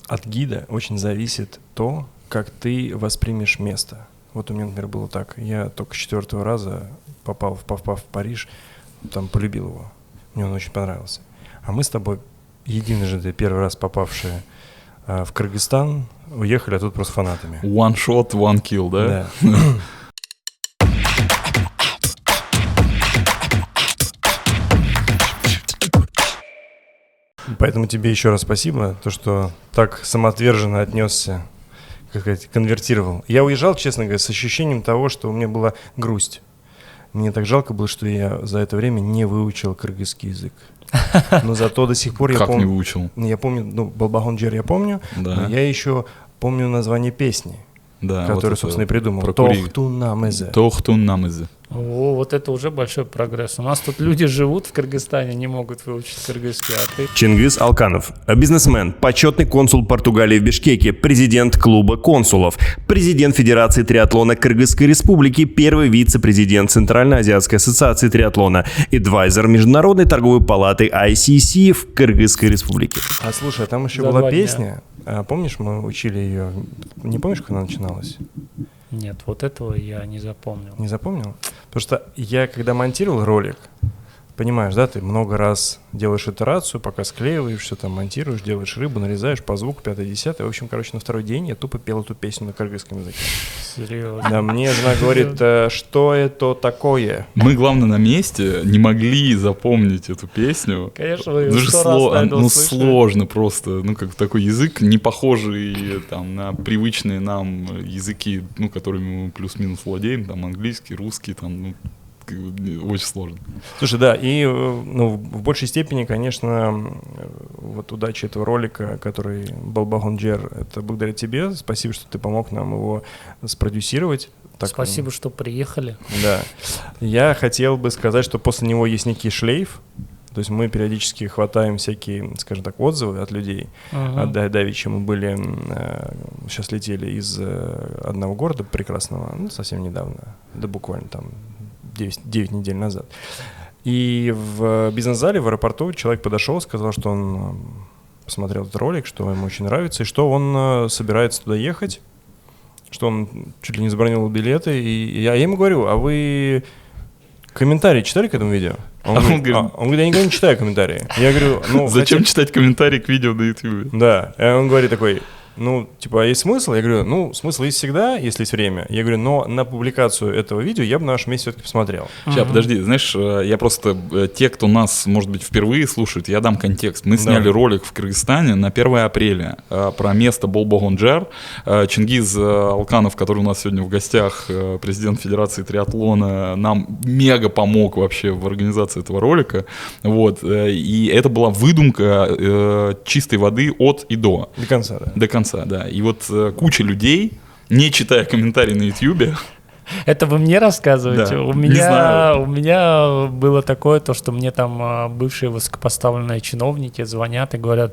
от гида очень зависит то, как ты воспримешь место. Вот у меня, например, было так. Я только с 4-го раза попав в Париж, там полюбил его. Мне он очень понравился. А мы с тобой, единожды первый раз попавшие в Кыргызстан, уехали оттуда просто фанатами. One shot, one kill, да? Да. Поэтому тебе еще раз спасибо, то, что так самоотверженно отнесся, как сказать, конвертировал. Я уезжал, честно говоря, с ощущением того, что у меня была грусть. Мне так жалко было, что я за это время не выучил кыргызский язык. Но зато до сих пор я помню... Как не выучил? Я помню, Балбагон Джер я помню, Да. но я еще помню название песни, Да, которую, вот собственно, и придумал. Прокури. Тохтунамезе. Тохтунамезе. О, вот это уже большой прогресс. У нас тут люди живут в Кыргызстане, не могут выучить кыргызский, а ты... Чингиз Алканов, бизнесмен, почетный консул Португалии в Бишкеке, президент клуба консулов, президент Федерации триатлона Кыргызской Республики, первый вице-президент Центральноазиатской ассоциации триатлона, адвайзер Международной торговой палаты ICC в Кыргызской Республике. А слушай, там еще За была 2 дня. песня. Помнишь, мы учили ее? Не помнишь, как она начиналась? Нет, вот этого я не запомнил. Не запомнил? Потому что я, когда монтировал ролик, понимаешь, да, ты много раз делаешь итерацию, пока склеиваешь, все там монтируешь, делаешь рыбу, нарезаешь по звуку, 5-10. В общем, короче, на второй день я тупо пел эту песню на кыргызском языке. Серьезно. Да, мне жена говорит, что это такое? Мы, главное, на месте не могли запомнить эту песню. Конечно, вы Ну, же 100 раз, наверное, услышали. сложно просто. Ну, как такой язык, не похожий там на привычные нам языки, ну, которыми мы плюс-минус владеем, там английский, русский, там, ну, очень сложно. Слушай, да, и ну, в большей степени, конечно, вот удача этого ролика, который Балбагон Джер, это благодаря тебе. Спасибо, что ты помог нам его спродюсировать. Так, Спасибо, что приехали. Да. Я хотел бы сказать, что после него есть некий шлейф. То есть мы периодически хватаем всякие, скажем так, отзывы от людей. Давеча мы были, сейчас летели из одного города прекрасного, ну, совсем недавно, да буквально там 9 недель назад. И в бизнес-зале в аэропорту человек подошел, сказал, что он посмотрел этот ролик, что ему очень нравится, и что он собирается туда ехать, что он чуть ли не забронил билеты. И я ему говорю, а вы комментарии читали к этому видео? Он говорит, я никогда не читаю комментарии. Я говорю, ну... Зачем читать комментарии к видео на YouTube? Да, и он говорит такой... Ну, типа, а есть смысл? Я говорю, ну, смысл есть всегда, если есть время. Я говорю, но на публикацию этого видео я бы на вашем месте все-таки посмотрел. Сейчас, подожди, знаешь, я просто, те, кто нас, может быть, впервые слушает, я дам контекст. Мы сняли ролик в Кыргызстане на 1 апреля про место Балбагон Джер. Чингиз Алканов, который у нас сегодня в гостях, президент Федерации триатлона, нам мега помог вообще в организации этого ролика. Вот, и это была выдумка чистой воды от и до. До конца, да. До конца, да. И вот куча людей, не читая комментарии на YouTube. Это вы мне рассказываете? Да, У не знаю. меня было такое, то, что мне там бывшие высокопоставленные чиновники звонят и говорят: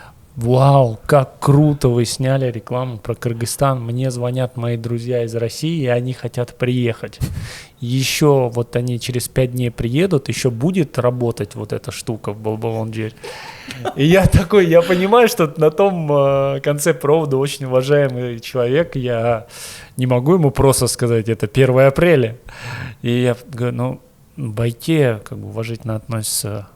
вау, как круто вы сняли рекламу про Кыргызстан. Мне звонят мои друзья из России, и они хотят приехать. Еще вот они через 5 дней приедут, еще будет работать вот эта штука в Балбагон Джер. И я такой, я понимаю, что на том конце провода очень уважаемый человек, я не могу ему просто сказать, это 1 апреля. И я говорю, ну, бойте, как бы уважительно относится.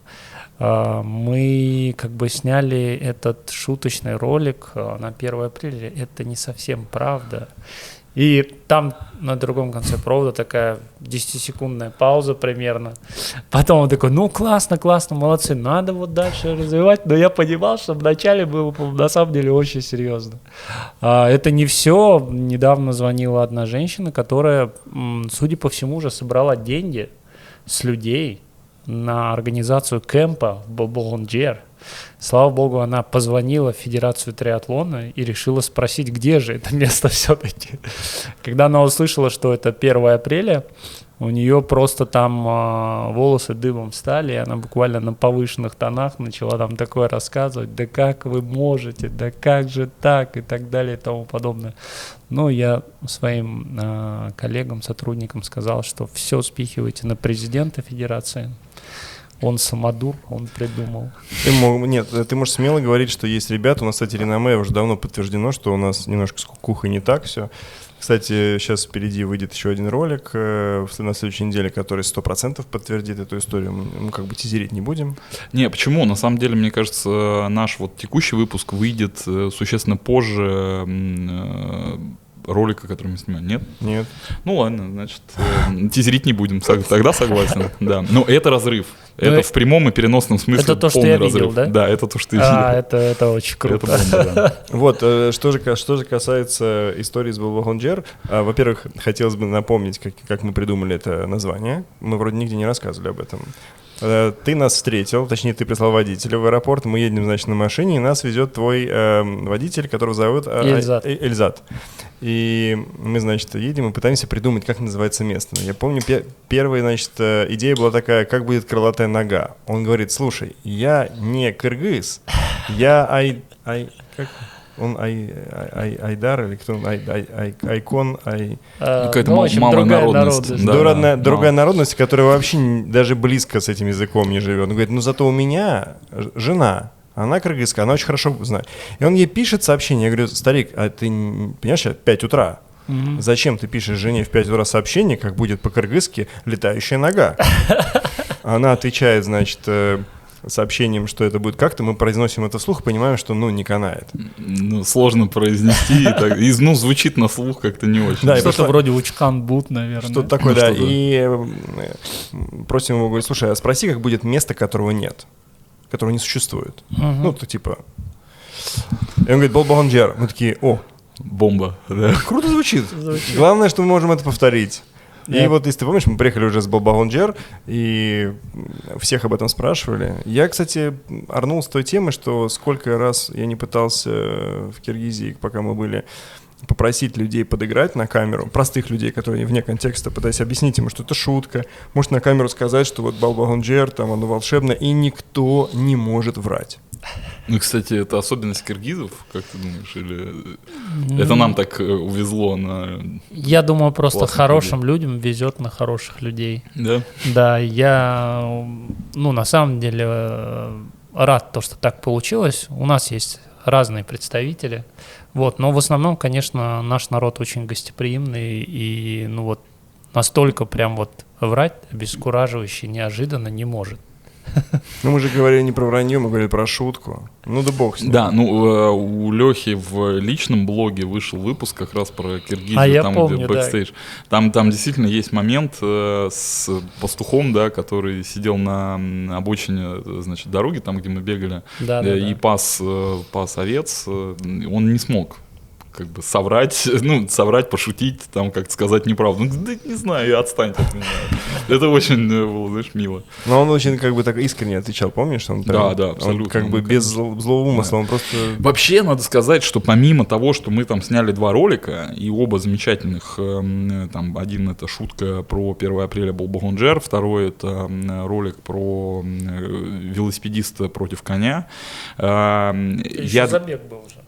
Мы как бы сняли этот шуточный ролик на 1 апреля, это не совсем правда. И там на другом конце провода такая 10-секундная пауза примерно. Потом он такой, ну классно, классно, молодцы, надо вот дальше развивать. Но я понимал, что вначале было на самом деле очень серьезно. Это не все. Недавно звонила одна женщина, которая, судя по всему, уже собрала деньги с людей на организацию кемпа в Балбагон Джер. Слава богу, она позвонила в Федерацию триатлона и решила спросить, где же это место все-таки. Когда она услышала, что это 1 апреля, у нее просто там волосы дыбом стали, и она буквально на повышенных тонах начала там такое рассказывать, да как вы можете, да как же так, и так далее, и тому подобное. Но я своим коллегам, сотрудникам сказал, что все спихивайте на президента Федерации. Он самодур, он придумал. Нет, ты можешь смело говорить, что есть ребята, у нас, кстати, реноме уже давно подтверждено, что у нас немножко с кукухой не так все. Кстати, сейчас впереди выйдет еще один ролик на следующей неделе, который 100% подтвердит эту историю. Мы как бы тизерить не будем. Не, почему? На самом деле, мне кажется, наш вот текущий выпуск выйдет существенно позже ролика, который мы снимаем. Нет? Нет. Ну ладно, значит, тизерить не будем. Тогда согласен. Да. Но это разрыв. Это в прямом и переносном смысле это то, что полный я разрыв. видел, да? Да, это то, что я видел. Это очень круто. Это бомба, да. Вот, что же касается истории с Болбогон-Джер, во-первых, хотелось бы напомнить, как мы придумали это название. Мы вроде нигде не рассказывали об этом. Ты нас встретил, точнее, ты прислал водителя в аэропорт, мы едем, значит, на машине, и нас везет твой водитель, которого зовут Эльзат. И мы, значит, едем и пытаемся придумать, как называется место. Я помню, первая, значит, идея была такая, как будет крылатая нога. Он говорит: слушай, я не кыргыз, я он Айдар или кто он? Айкон, какая-то малая народность. Другая народность, которая вообще даже близко с этим языком не живет. Он говорит: ну зато у меня жена, она кыргызская, она очень хорошо знает. И он ей пишет сообщение. Я говорю: старик, а ты понимаешь, 5 утра. Зачем ты пишешь жене в 5 утра сообщение, как будет по-кыргызски летающая нога? Она отвечает, значит, сообщением, что это будет как-то, мы произносим это вслух, понимаем, что, не канает. Ну, сложно произнести, звучит на слух как-то не очень. Да, что-то вроде Учкан-Бут, наверное. Что-то такое, да. И просим его, говорит: слушай, а спроси, как будет место, которого нет, которого не существует. Ну, то типа... И он говорит: Болбогон-Джер. Мы такие: о, бомба. Да. Круто звучит. Главное, что мы можем это повторить. И вот, если ты помнишь, мы приехали уже с Болбогон-Джер, и всех об этом спрашивали. Я, кстати, орнул с той темы, что сколько раз я не пытался в Киргизии, пока мы были, попросить людей подыграть на камеру, простых людей, которые вне контекста, пытаясь объяснить ему, что это шутка, может на камеру сказать, что вот Болбогон-Джер, там оно волшебно, и никто не может врать. Ну, кстати, это особенность киргизов, как ты думаешь, или это нам так увезло на... Я думаю, просто хорошим людям везет на хороших людей. Да? Да, я, на самом деле рад, что так получилось. У нас есть разные представители, но в основном, конечно, наш народ очень гостеприимный и, настолько прям врать обескураживающе, неожиданно не может. Ну, мы же говорили не про вранье, мы говорили про шутку. Ну да бог с ним. Да, у Лехи в личном блоге вышел выпуск как раз про Киргизию, там, помню, где бэкстейдж. Да. Там действительно есть момент с пастухом, да, который сидел на обочине, значит, дороги, там, где мы бегали, и пас овец. Он не смог соврать, пошутить, там как-то сказать неправду. Да не знаю, отстаньте от меня. Это очень было, знаешь, мило. Но он очень так искренне отвечал, помнишь? Он прям, да, абсолютно. Он без злого умысла, он просто... Вообще, надо сказать, что помимо того, что мы там сняли 2 ролика, и оба замечательных, там, один это шутка про 1 апреля Болбогон-Джер, второй это ролик про велосипедиста против коня. Еще забег был же.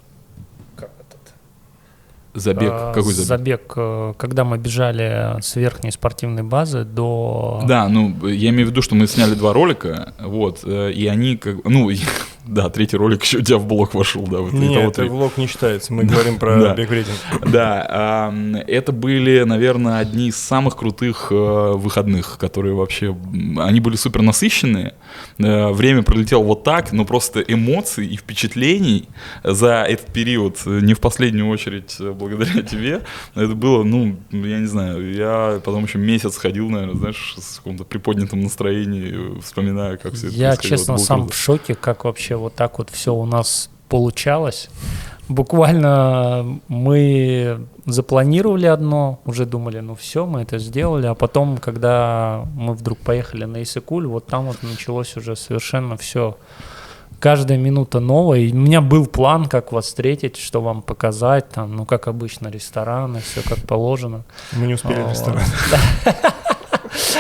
Забег? Какой забег? Забег, когда мы бежали с верхней спортивной базы до... Да, я имею в виду, что мы сняли 2 ролика, и они да, 3-й ролик еще у тебя в блог вошел, да. Нет, это влог не считается, мы говорим про бег в рейтинг. Да, это были, наверное, одни из самых крутых выходных, которые вообще, они были супер насыщенные, время пролетело вот так, но просто эмоций и впечатлений за этот период, не в последнюю очередь благодаря тебе, это было, я не знаю, я потом еще месяц ходил, наверное, знаешь, с каком-то приподнятым настроением, вспоминая, как все это происходило. Я, честно, сам в шоке, как вообще вот так вот все у нас получалось. Буквально мы запланировали одно, уже думали, все, мы это сделали, а потом, когда мы вдруг поехали на Иссык-Куль, там началось уже совершенно все. Каждая минута новая. И у меня был план, как вас встретить, что вам показать, там, как обычно, рестораны, все как положено. Мы не успели в ресторан. Да,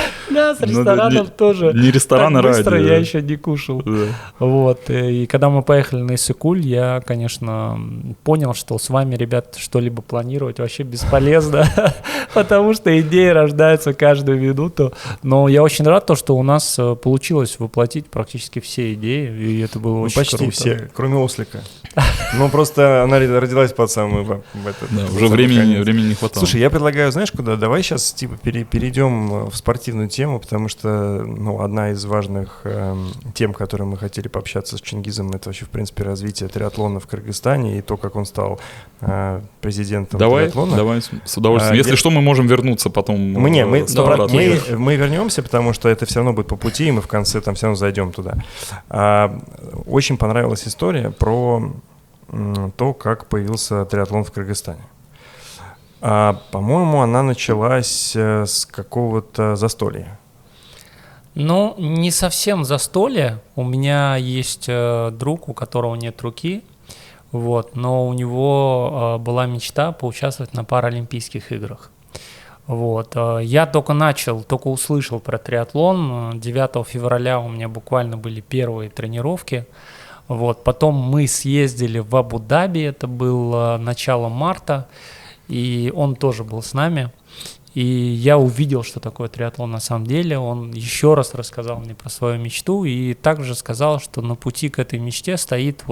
с ресторанов тоже. Не ресторан, а быстро радио. я еще не кушал. Вот. И когда мы поехали на Иссык-Куль, я, конечно, понял, что с вами, ребят, что-либо планировать вообще бесполезно, потому что идеи рождаются каждую минуту. Но я очень рад, что у нас получилось воплотить практически все идеи, и это было очень почти круто. все, кроме Ослика. Ну, просто она родилась под самый... Да, уже времени не хватало. Слушай, я предлагаю, знаешь, куда? Давай сейчас перейдем в спортивную тему, потому что одна из важных тем, которой мы хотели пообщаться с Чингизом, это вообще, в принципе, развитие триатлона в Кыргызстане и то, как он стал президентом триатлона. Давай, с удовольствием. Если что, мы можем вернуться потом. Мы мы вернемся, потому что это все равно будет по пути, и мы в конце там все равно зайдем туда. Очень понравилась история про то, как появился триатлон в Кыргызстане. По-моему, она началась с какого-то застолья. Ну, не совсем застолье. У меня есть друг, у которого нет руки, вот, но у него была мечта поучаствовать на Паралимпийских играх. Вот. Я только услышал про триатлон. 9 февраля у меня буквально были первые тренировки. Вот. Потом мы съездили в Абу-Даби, это было начало марта, и он тоже был с нами. И я увидел, что такое триатлон на самом деле. Он еще раз рассказал мне про свою мечту и также сказал, что на пути к этой мечте стоит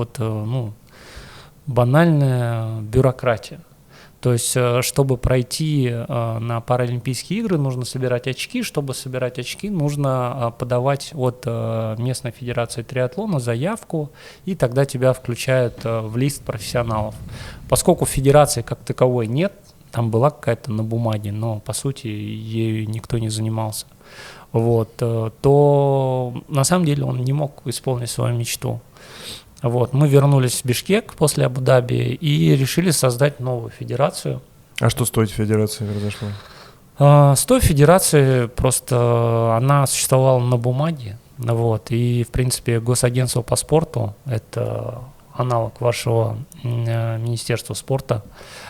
банальная бюрократия. То есть, чтобы пройти на Паралимпийские игры, нужно собирать очки. Чтобы собирать очки, нужно подавать от местной федерации триатлона заявку, и тогда тебя включают в лист профессионалов. Поскольку федерации как таковой нет, там была какая-то на бумаге, но по сути ею никто не занимался, вот, то на самом деле он не мог исполнить свою мечту. Вот, мы вернулись в Бишкек после Абу-Даби и решили создать новую федерацию. А что с той федерацией произошло? С той федерацией просто она существовала на бумаге, вот, и, в принципе, Госагентство по спорту, это аналог вашего Министерства спорта,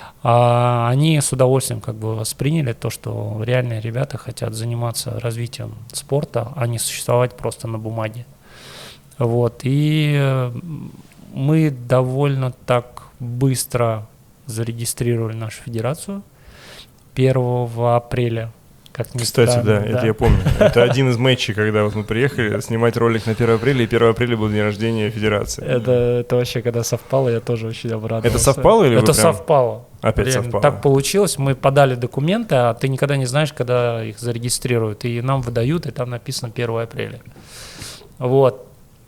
они с удовольствием восприняли то, что реальные ребята хотят заниматься развитием спорта, а не существовать просто на бумаге. Вот, и мы довольно так быстро зарегистрировали нашу федерацию 1 апреля. Как ни Кстати, странно, да, это я помню. Это один из матчей, когда мы приехали снимать ролик на 1 апреля, и 1 апреля был день рождения федерации. Это вообще, когда совпало, я тоже очень обрадовался. Это совпало или это вы прям... совпало. Опять Реально, совпало. так получилось, мы подали документы, а ты никогда не знаешь, когда их зарегистрируют, и нам выдают, и там написано 1 апреля. Вот.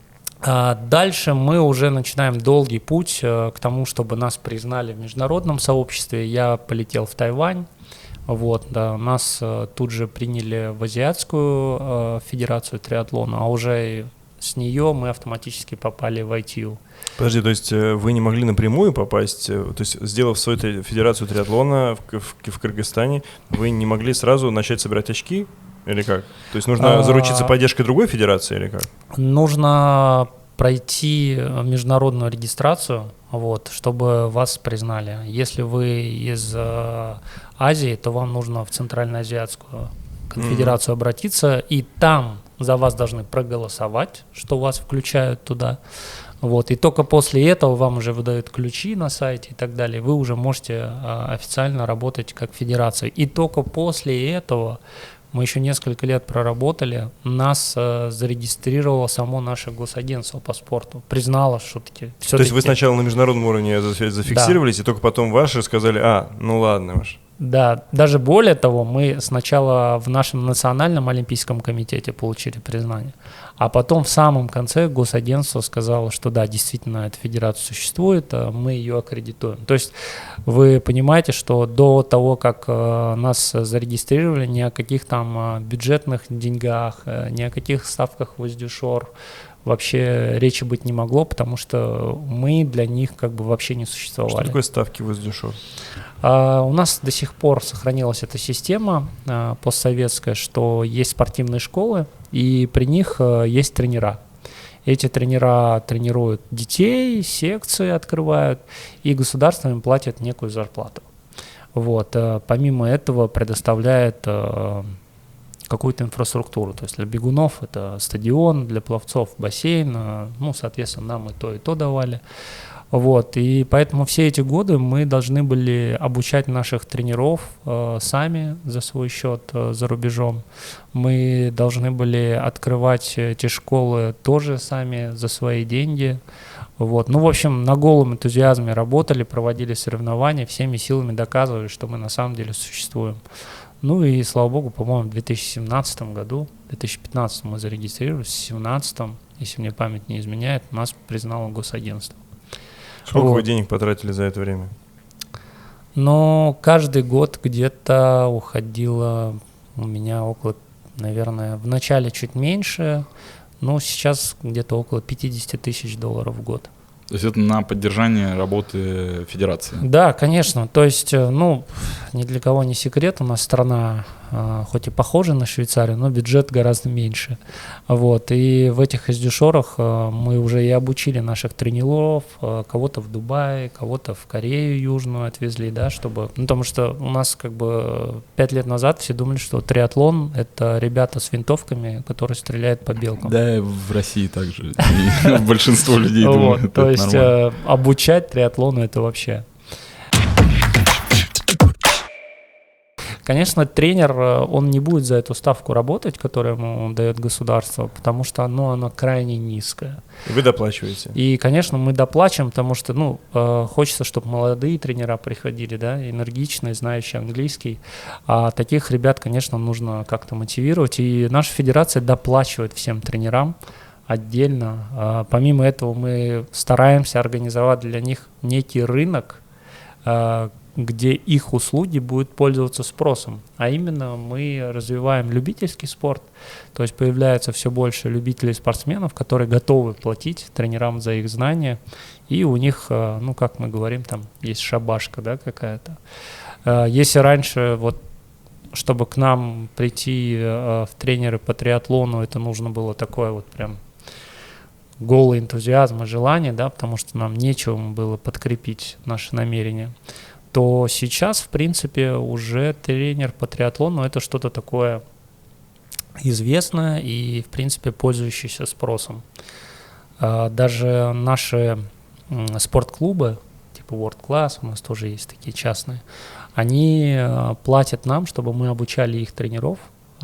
Дальше мы уже начинаем долгий путь к тому, чтобы нас признали в международном сообществе. Я полетел в Тайвань. Вот, да, нас тут же приняли в Азиатскую федерацию триатлона, а уже с нее мы автоматически попали в ITU. Подожди, то есть вы не могли напрямую попасть, то есть сделав свою федерацию триатлона в Кыргызстане, вы не могли сразу начать собирать очки? Или как? То есть нужно заручиться поддержкой другой федерации или как? Нужно пройти международную регистрацию, вот, чтобы вас признали. Если вы из Азии, то вам нужно в Центральноазиатскую конфедерацию обратиться, и там за вас должны проголосовать, что вас включают туда. Вот, и только после этого вам уже выдают ключи на сайте и так далее. Вы уже можете официально работать как федерация. И только после этого мы еще несколько лет проработали, нас зарегистрировало само наше Госагентство по спорту, признало, что таки... То есть вы сначала на международном уровне зафиксировались, да, и только потом ваши сказали, ну ладно уж. Да, даже более того, мы сначала в нашем национальном олимпийском комитете получили признание, а потом в самом конце Госагентство сказало, что да, действительно, эта федерация существует, мы ее аккредитуем. То есть вы понимаете, что до того, как нас зарегистрировали, ни о каких там бюджетных деньгах, ни о каких ставках воздюшор вообще речи быть не могло, потому что мы для них вообще не существовали. Что такое ставки воздюшор? У нас до сих пор сохранилась эта система постсоветская, что есть спортивные школы, и при них есть тренера. Эти тренера тренируют детей, секции открывают, и государство им платит некую зарплату. Вот. Помимо этого предоставляет какую-то инфраструктуру. То есть для бегунов это стадион, для пловцов бассейн, ну, соответственно, нам и то давали. Вот, и поэтому все эти годы мы должны были обучать наших тренеров сами за свой счет за рубежом. Мы должны были открывать эти школы тоже сами за свои деньги. Вот. Ну, в общем, на голом энтузиазме работали, проводили соревнования, всеми силами доказывали, что мы на самом деле существуем. Ну и, слава богу, по-моему, в 2017 году, в 2015 мы зарегистрировались, в 2017, если мне память не изменяет, нас признало госагентство. Сколько вы денег потратили за это время? Но каждый год где-то уходило у меня около, наверное, в начале чуть меньше, но сейчас где-то около $50 тысяч в год. То есть это на поддержание работы федерации? Да, конечно. То есть, ну, ни для кого не секрет, у нас страна, хоть и похожа на Швейцарию, но бюджет гораздо меньше. Вот. И в этих издюшорах мы уже и обучили наших тренеров, кого-то в Дубае, кого-то в Корею Южную отвезли, да, чтобы... Ну, потому что у нас как бы 5 лет назад все думали, что триатлон — это ребята с винтовками, которые стреляют по белкам. Да, в России также. Большинство людей думают. То есть обучать триатлону — это вообще... Конечно, тренер, он не будет за эту ставку работать, которую ему дает государство, потому что она крайне низкая. И вы доплачиваете? И, конечно, мы доплачиваем, потому что, ну, хочется, чтобы молодые тренера приходили, да, энергичные, знающие английский. А таких ребят, конечно, нужно как-то мотивировать. И наша федерация доплачивает всем тренерам отдельно. Помимо этого, мы стараемся организовать для них некий рынок, где их услуги будут пользоваться спросом. А именно мы развиваем любительский спорт, то есть появляется все больше любителей спортсменов, которые готовы платить тренерам за их знания, и у них, ну, как мы говорим, там есть шабашка, да, какая-то. Если раньше, вот, чтобы к нам прийти в тренеры по триатлону, это нужно было такое вот прям голый энтузиазм и желание, да, потому что нам нечем было подкрепить наши намерения, то сейчас, в принципе, уже тренер по триатлону — это что-то такое известное и, в принципе, пользующееся спросом. Даже наши спортклубы, типа World Class, у нас тоже есть такие частные, они платят нам, чтобы мы обучали их тренеров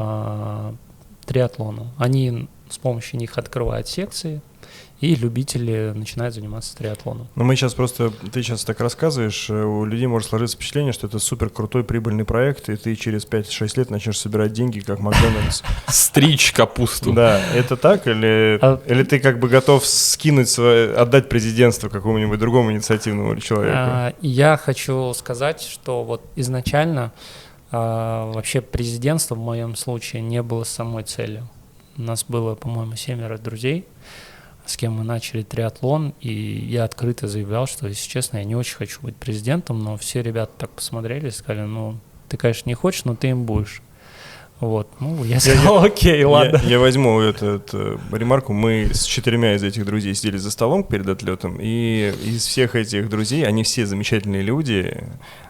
триатлону. Они с помощью них открывают секции, и любители начинают заниматься триатлоном. Но мы сейчас просто, ты сейчас так рассказываешь, у людей может сложиться впечатление, что это супер крутой прибыльный проект, и ты через 5-6 лет начнешь собирать деньги, как Макдональдс. Стричь капусту. Да, это так? Или ты как бы готов скинуть, отдать президентство какому-нибудь другому инициативному человеку? Я хочу сказать, что вот изначально вообще президентство в моем случае не было самой целью. У нас было, по-моему, 7 друзей, с кем мы начали триатлон, и я открыто заявлял, что, если честно, я не очень хочу быть президентом, но все ребята так посмотрели и сказали, ну, ты, конечно, не хочешь, но ты им будешь. Вот, ну, я сказал, окей, ладно. Я возьму эту ремарку. Мы с 4 из этих друзей сидели за столом перед отлетом, и из всех этих друзей, они все замечательные люди,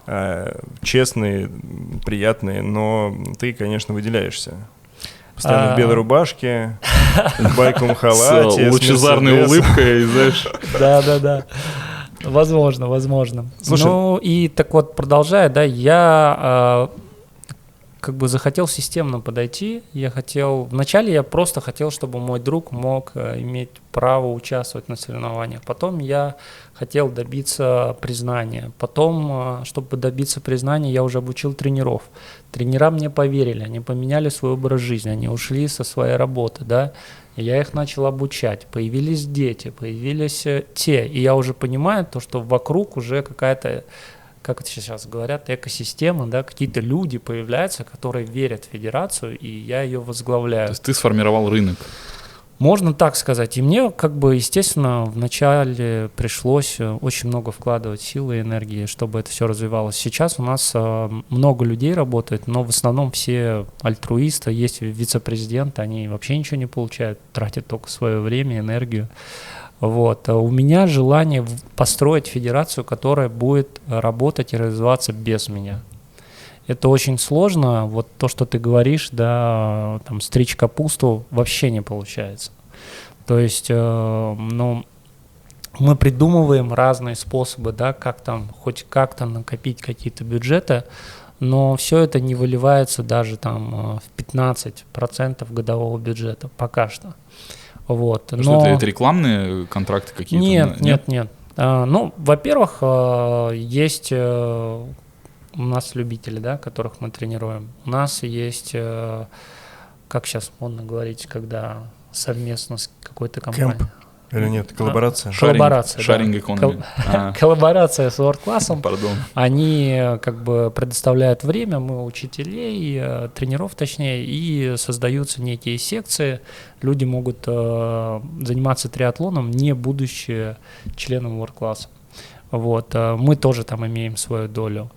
честные, приятные, но ты, конечно, выделяешься. Постоянно в белой рубашке, в байковом халате. С лучезарной улыбкой, знаешь. Да. Возможно. Слушай, ну и так вот, продолжая, да, я как бы захотел системно подойти. Вначале я просто хотел, чтобы мой друг мог иметь право участвовать на соревнованиях. Потом я хотел добиться признания. Потом, чтобы добиться признания, я уже обучил тренеров. Тренера мне поверили, они поменяли свой образ жизни, они ушли со своей работы, да. Я их начал обучать. Появились дети, появились те. И я уже понимаю то, что вокруг уже какая-то, как это сейчас говорят, экосистема, да, какие-то люди появляются, которые верят в федерацию, и я ее возглавляю. То есть ты сформировал рынок? Можно так сказать. И мне, как бы, естественно, вначале пришлось очень много вкладывать силы и энергии, чтобы это все развивалось. Сейчас у нас много людей работает, но в основном все альтруисты, есть вице-президенты, они вообще ничего не получают, тратят только свое время, энергию. Вот. У меня желание построить федерацию, которая будет работать и развиваться без меня. это очень сложно. Вот то, что ты говоришь, да, там стричь капусту вообще не получается. То есть, ну, мы придумываем разные способы, да, как там хоть как-то накопить какие-то бюджеты, но все это не выливается даже там в 15% годового бюджета пока что. Вот. Но... Что это рекламные контракты какие-то? Нет. Ну, во-первых, есть у нас любители, да, которых мы тренируем. У нас есть, как сейчас модно говорить, когда совместно с какой-то компанией. Кэмп. Или нет, коллаборация? Коллаборация, Шаринг экономи. Коллаборация с World-классом. Пардон. Они как бы предоставляют время, мы учителей, тренеров точнее, и создаются некие секции. Люди могут заниматься триатлоном, не будучи членом World-класса. Вот, мы тоже там имеем свою долю.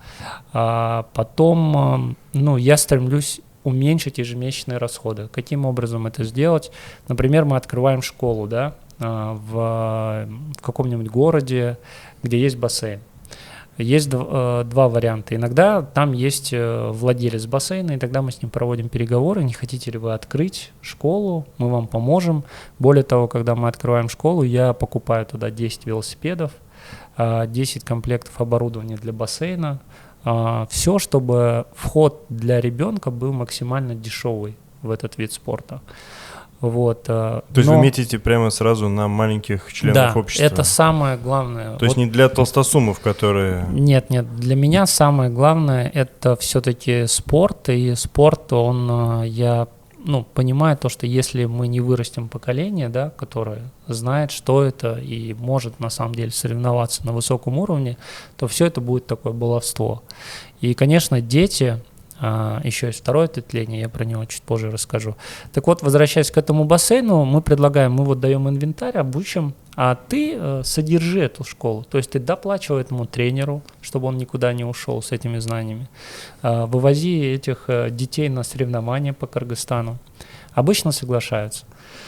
Потом, ну, я стремлюсь уменьшить ежемесячные расходы. Каким образом это сделать? Например, мы открываем школу, да, в каком-нибудь городе, где есть бассейн. Есть два варианта. Иногда там есть владелец бассейна, и тогда мы с ним проводим переговоры. Не хотите ли вы открыть школу? Мы вам поможем. Более того, когда мы открываем школу, я покупаю туда 10 велосипедов, 10 комплектов оборудования для бассейна. Все, чтобы вход для ребенка был максимально дешевый в этот вид спорта. Вот, то есть вы метите прямо сразу на маленьких членов общества? Да, это самое главное. То есть не для толстосумов, которые... Нет, для меня самое главное это все-таки спорт, и спорт, он, я понимаю то, что если мы не вырастим поколение, да, которое знает, что это и может на самом деле соревноваться на высоком уровне, то все это будет такое баловство. И, конечно, дети... Еще есть второе ответвление, я про него чуть позже расскажу. Так вот, возвращаясь к этому бассейну, мы предлагаем, мы вот даем инвентарь, обучим, а ты содержи эту школу. То есть ты доплачивай этому тренеру, чтобы он никуда не ушел с этими знаниями. Вывози этих детей на соревнования по Кыргызстану. Обычно соглашаются.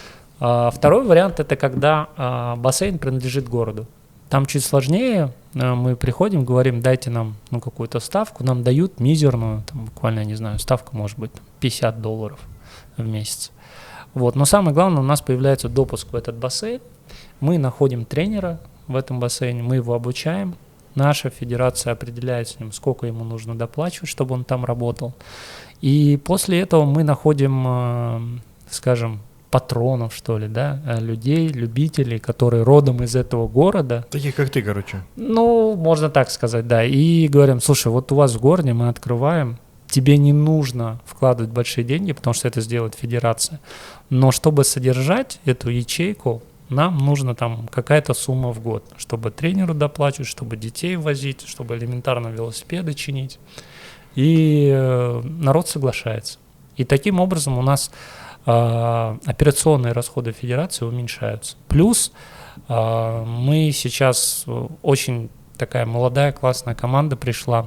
Второй вариант – это когда бассейн принадлежит городу. Там чуть сложнее, мы приходим, говорим, дайте нам какую-то ставку, нам дают мизерную, там, буквально, я не знаю, ставка может быть $50 в месяц. Вот. Но самое главное, у нас появляется допуск в этот бассейн, мы находим тренера в этом бассейне, мы его обучаем, наша федерация определяет с ним, сколько ему нужно доплачивать, чтобы он там работал. И после этого мы находим, скажем, патронов, что ли, да, людей, любителей, которые родом из этого города. Таких, как ты, короче. Ну, можно так сказать, да. И говорим, слушай, вот у вас в городе мы открываем, тебе не нужно вкладывать большие деньги, потому что это сделает федерация. Но чтобы содержать эту ячейку, нам нужно там какая-то сумма в год, чтобы тренеру доплачивать, чтобы детей возить, чтобы элементарно велосипеды чинить. И народ соглашается. И таким образом у нас операционные расходы федерации уменьшаются. Плюс мы сейчас, очень такая молодая классная команда пришла,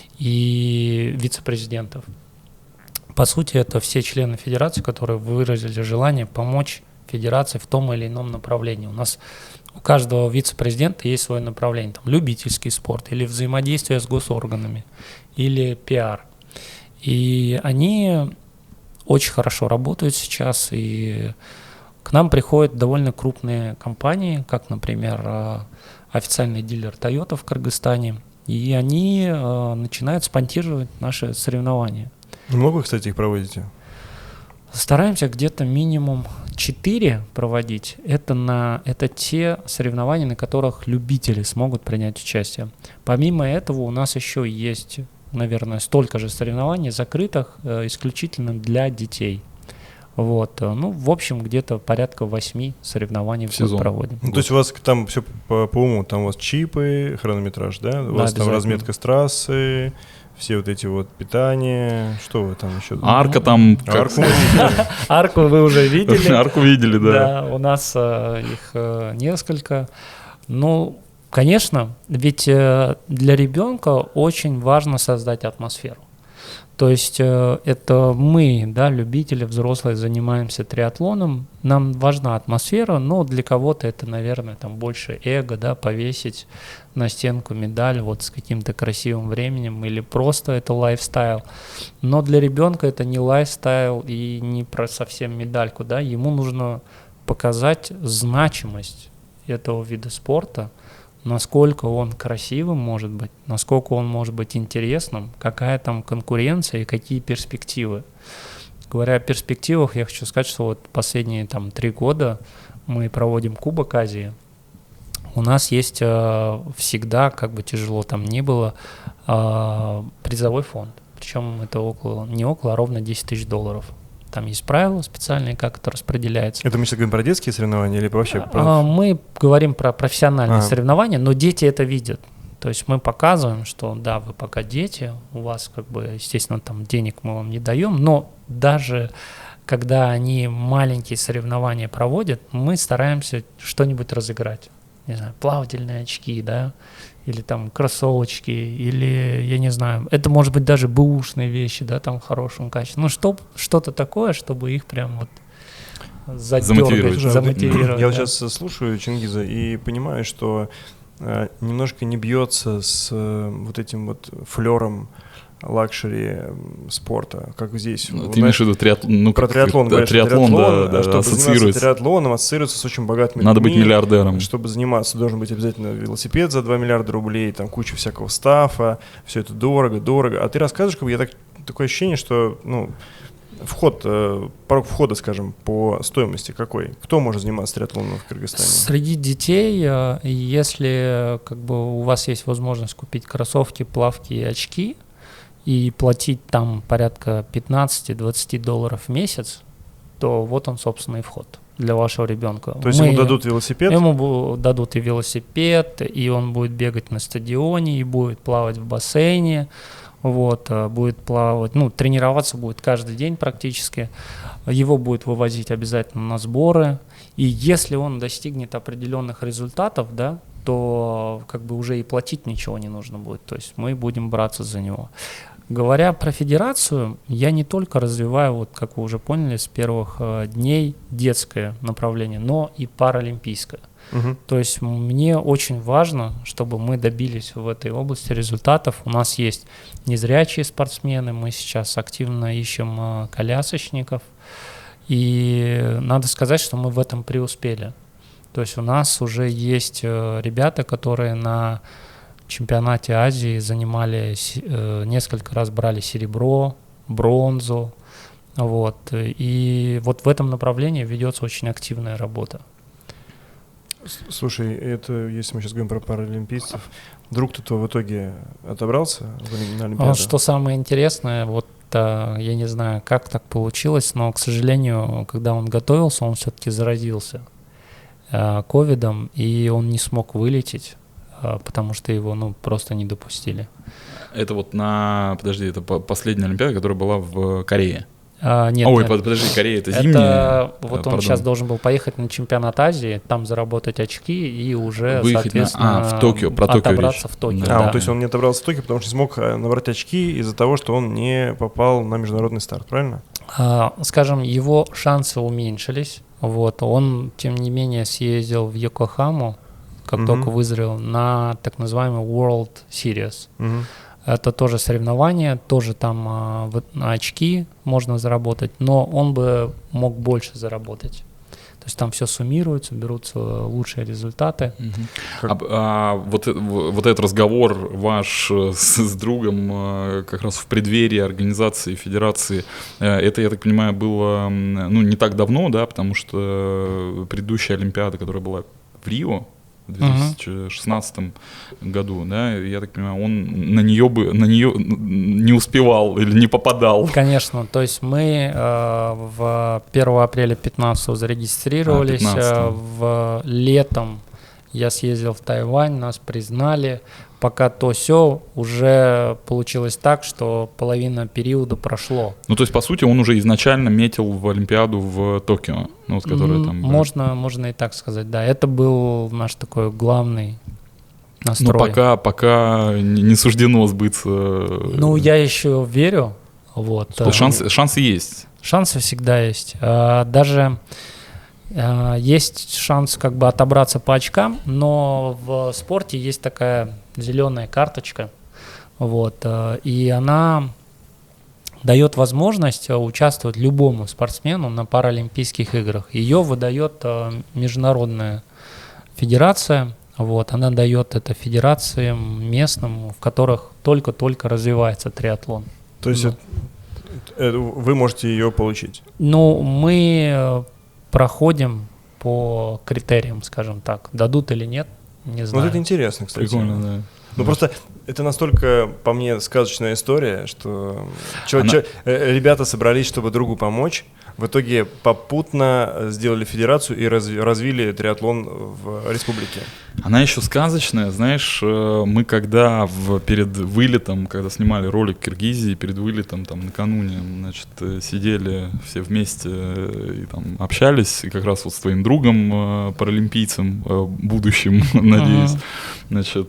и вице-президентов. По сути, это все члены федерации, которые выразили желание помочь федерации в том или ином направлении. У нас у каждого вице-президента есть свое направление. Там, любительский спорт, или взаимодействие с госорганами, или пиар. И они очень хорошо работают сейчас, и к нам приходят довольно крупные компании, как, например, официальный дилер Toyota в Кыргызстане, и они начинают спонсировать наши соревнования. Много, кстати, их проводите? Стараемся где-то минимум 4 проводить. Это те соревнования, на которых любители смогут принять участие. Помимо этого у нас еще есть, наверное, столько же соревнований закрытых исключительно для детей. Вот. Ну, в общем, где-то порядка 8 соревнований в год проводим. Ну, то есть у вас там все по уму, там у вас чипы, хронометраж, да? У вас там разметка с трассы, все вот эти вот питания, что вы там еще? Арка там. Арку вы уже видели. Арку видели, да. Да, у нас их несколько. Ну, конечно, ведь для ребенка очень важно создать атмосферу. То есть это мы, да, любители, взрослые, занимаемся триатлоном, нам важна атмосфера, но для кого-то это, наверное, там больше эго, да, повесить на стенку медаль вот с каким-то красивым временем, или просто это лайфстайл. Но для ребенка это не лайфстайл и не про совсем медальку, да, ему нужно показать значимость этого вида спорта, насколько он красивым может быть, насколько он может быть интересным, какая там конкуренция и какие перспективы. Говоря о перспективах, я хочу сказать, что вот последние там 3 года мы проводим Кубок Азии. У нас есть всегда, как бы тяжело там ни было, призовой фонд. Причем это не около, а ровно $10 000. Там есть правила специальные, как это распределяется. Это мы сейчас говорим про детские соревнования или вообще Мы говорим про профессиональные соревнования, но дети это видят. То есть мы показываем, что да, вы пока дети, у вас как бы, естественно, там денег мы вам не даем, но даже когда они маленькие соревнования проводят, мы стараемся что-нибудь разыграть. Не знаю, плавательные очки, да, или там кроссовочки, или, я не знаю, это может быть даже бэушные вещи, да, там в хорошем качестве. Ну, что-то такое, чтобы их прям вот замотивировать. Я вот сейчас слушаю Чингиза и понимаю, что немножко не бьется с вот этим вот флером лакшери спорта, как здесь. Ты имеешь в виду про триатлон, да, триатлон, да, чтобы ассоциируется. заниматься триатлоном, ассоциируется с очень богатыми Надо людьми. быть миллиардером. Чтобы заниматься, должен быть обязательно велосипед за 2 миллиарда рублей, там куча всякого стафа, все это дорого. А ты рассказываешь, как бы такое ощущение, что, ну, порог входа, скажем, по стоимости какой? Кто может заниматься триатлоном в Кыргызстане? Среди детей, если как бы у вас есть возможность купить кроссовки, плавки и очки, и платить там порядка $15-20 в месяц, то вот он, собственно, и вход для вашего ребенка. То есть ему дадут велосипед? Ему дадут и велосипед, и он будет бегать на стадионе, и будет плавать в бассейне, вот, будет плавать, ну, тренироваться будет каждый день практически. Его будет вывозить обязательно на сборы, и если он достигнет определенных результатов, да, то как бы уже и платить ничего не нужно будет, то есть мы будем браться за него. Говоря про федерацию, я не только развиваю, вот как вы уже поняли, с первых дней детское направление, но и паралимпийское. То есть мне очень важно, чтобы мы добились в этой области результатов. У нас есть незрячие спортсмены, мы сейчас активно ищем колясочников, и надо сказать, что мы в этом преуспели. То есть у нас уже есть ребята, которые на чемпионате Азии занимали, несколько раз брали серебро, бронзу, вот. И вот в этом направлении ведется очень активная работа. Слушай, это если мы сейчас говорим про паралимпийцев, вдруг кто-то в итоге отобрался на Олимпиаду? Что самое интересное, вот я не знаю, как так получилось, но, к сожалению, когда он готовился, он все-таки заразился ковидом, и он не смог вылететь, потому что его, ну, просто не допустили. Это вот это последняя Олимпиада, которая была в Корее. Нет. Подожди, Корея — это зимняя? Вот он сейчас должен был поехать на чемпионат Азии, там заработать очки и уже, выехать соответственно, в Токио, про Токио отобраться речь. в Токио. То есть он не отобрался в Токио, потому что не смог набрать очки из-за того, что он не попал на международный старт, правильно? Скажем, его шансы уменьшились. Вот, он, тем не менее, съездил в Йокохаму, как только вызрел, на так называемый World Series. Это тоже соревнование, тоже там очки можно заработать, но он бы мог больше заработать. То есть там все суммируется, берутся лучшие результаты. Вот этот разговор ваш с другом как раз в преддверии организации федерации, это, я так понимаю, было не так давно, да, потому что предыдущая Олимпиада, которая была в Рио в 2016 году, да, я так понимаю, он на нее не успевал или не попадал. Конечно, то есть мы в 1 апреля 15 зарегистрировались, 15. Летом я съездил в Тайвань, нас признали, пока то-сё уже получилось так, что половина периода прошло. Ну, то есть, по сути, он уже изначально метил в Олимпиаду в Токио, которая там... Можно и так сказать, да. Это был наш такой главный настрой. Но пока не суждено сбыться. Ну, я еще верю. Вот. Шансы есть. Шансы всегда есть. Даже есть шанс как бы отобраться по очкам, но в спорте есть такая зеленая карточка, вот, и она дает возможность участвовать любому спортсмену на Паралимпийских играх. Ее выдает международная федерация, вот, она дает это федерациям местным, в которых только-только развивается триатлон. То есть вы можете ее получить? Ну, мы проходим по критериям, скажем так. Дадут или нет, не знаю. Вот это интересно, кстати. Прикольно, да. Ну просто это настолько, по мне, сказочная история, что ребята собрались, чтобы другу помочь. В итоге попутно сделали федерацию и развили триатлон в республике. Она еще сказочная, знаешь, мы когда перед вылетом, когда снимали ролик в Киргизии, перед вылетом там накануне, значит, сидели все вместе и там общались, и как раз вот с твоим другом, паралимпийцем, будущим, надеюсь, значит,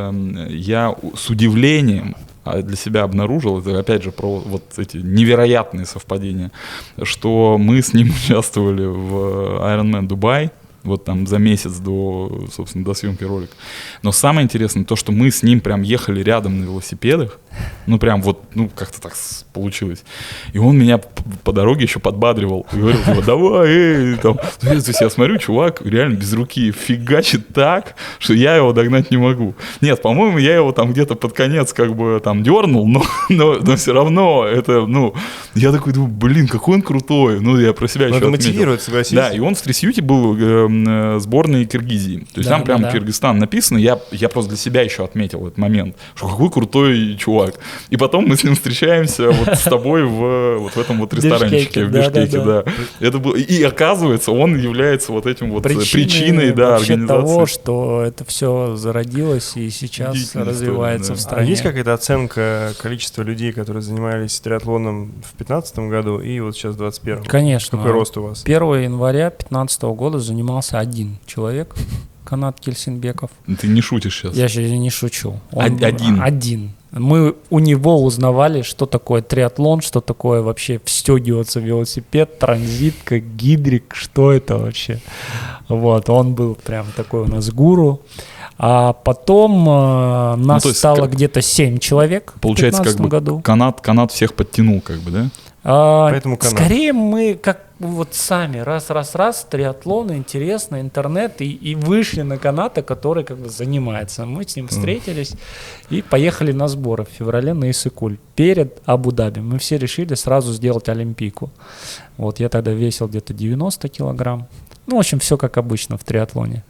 я с удивлением для себя обнаружил, это опять же про вот эти невероятные совпадения, что мы с ним участвовали в Ironman Дубай, вот там за месяц до, собственно, до съемки ролика. Но самое интересное то, что мы с ним прям ехали рядом на велосипедах, ну прям вот, ну как-то так получилось. И он меня по дороге еще подбадривал и говорил, давай, там. То есть я смотрю, чувак реально без руки фигачит так, что я его догнать не могу. Нет, по-моему, я его там где-то под конец как бы там дернул, но все равно это, ну, я такой думаю, блин, какой он крутой. Ну, я про себя еще отметил. Это мотивирует, согласись. Да, и он в Стрисьюте был сборной Киргизии. То есть там прям Кыргызстан написано. Я просто для себя еще отметил этот момент, что какой крутой чувак. И потом мы с ним встречаемся вот с тобой в этом вот ресторанчике в Бишкеке. Да. Это было, и оказывается, он является вот этим вот причиной организации того, что это все зародилось и сейчас развивается в стране. А есть какая-то оценка количества людей, которые занимались триатлоном в 2015 году и вот сейчас в 2021? Конечно. Какой рост у вас? 1 января 2015 года занимался один человек, Канат Кельсинбеков. Ты не шутишь сейчас? Я сейчас не шучу. Один. Мы у него узнавали, что такое триатлон, что такое вообще встегиваться в велосипед, транзитка, гидрик, что это вообще. Вот, он был прям такой у нас гуру. А потом нас стало где-то 7 человек получается, в 2015 году. Канат всех подтянул, как бы, да? Скорее мы как вот сами раз, триатлон, интересно, интернет, и вышли на Каната, который как бы занимается. Мы с ним встретились и поехали на сборы в феврале на Иссык-Куль перед Абу-Даби. Мы все решили сразу сделать Олимпийку. Вот я тогда весил где-то 90 килограмм. Ну, в общем, все как обычно в триатлоне.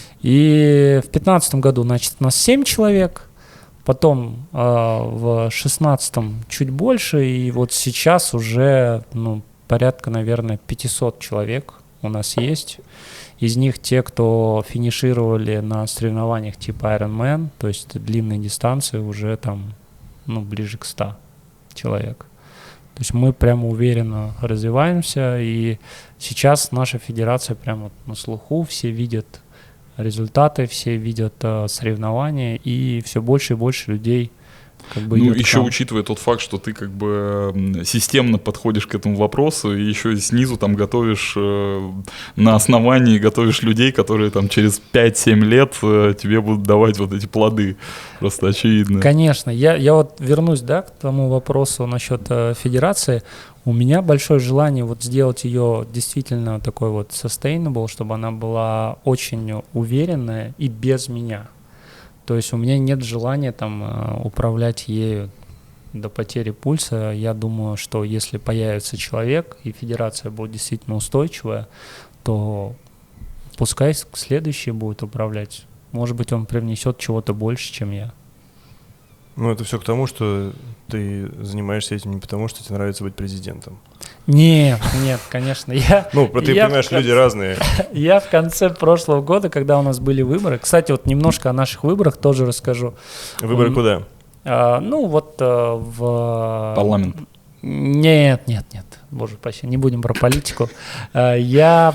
И в 2015 году, значит, у нас 7 человек. Потом в 16-м чуть больше, и вот сейчас уже порядка, наверное, 500 человек у нас есть. Из них те, кто финишировали на соревнованиях типа Ironman, то есть длинные дистанции, уже там ближе к 100 человек. То есть мы прямо уверенно развиваемся, и сейчас наша федерация прямо на слуху, все видят результаты, все видят соревнования, и все больше и больше людей как бы идет еще учитывая тот факт, что ты как бы системно подходишь к этому вопросу, и еще и снизу там готовишь, на основании готовишь людей, которые там через 5-7 лет тебе будут давать вот эти плоды. Просто очевидно. Конечно. Я вот вернусь, к тому вопросу насчет федерации. У меня большое желание вот сделать ее действительно такой вот sustainable, чтобы она была очень уверенная и без меня. То есть у меня нет желания там управлять ею до потери пульса. Я думаю, что если появится человек и федерация будет действительно устойчивая, то пускай следующий будет управлять. Может быть, он привнесет чего-то больше, чем я. Ну, это все к тому, что ты занимаешься этим не потому, что тебе нравится быть президентом. Нет, конечно. Ты понимаешь, люди разные. Я в конце прошлого года, когда у нас были выборы, кстати, вот немножко о наших выборах тоже расскажу. Выборы куда? В... Парламент. Нет. Боже, почти не будем про политику. Я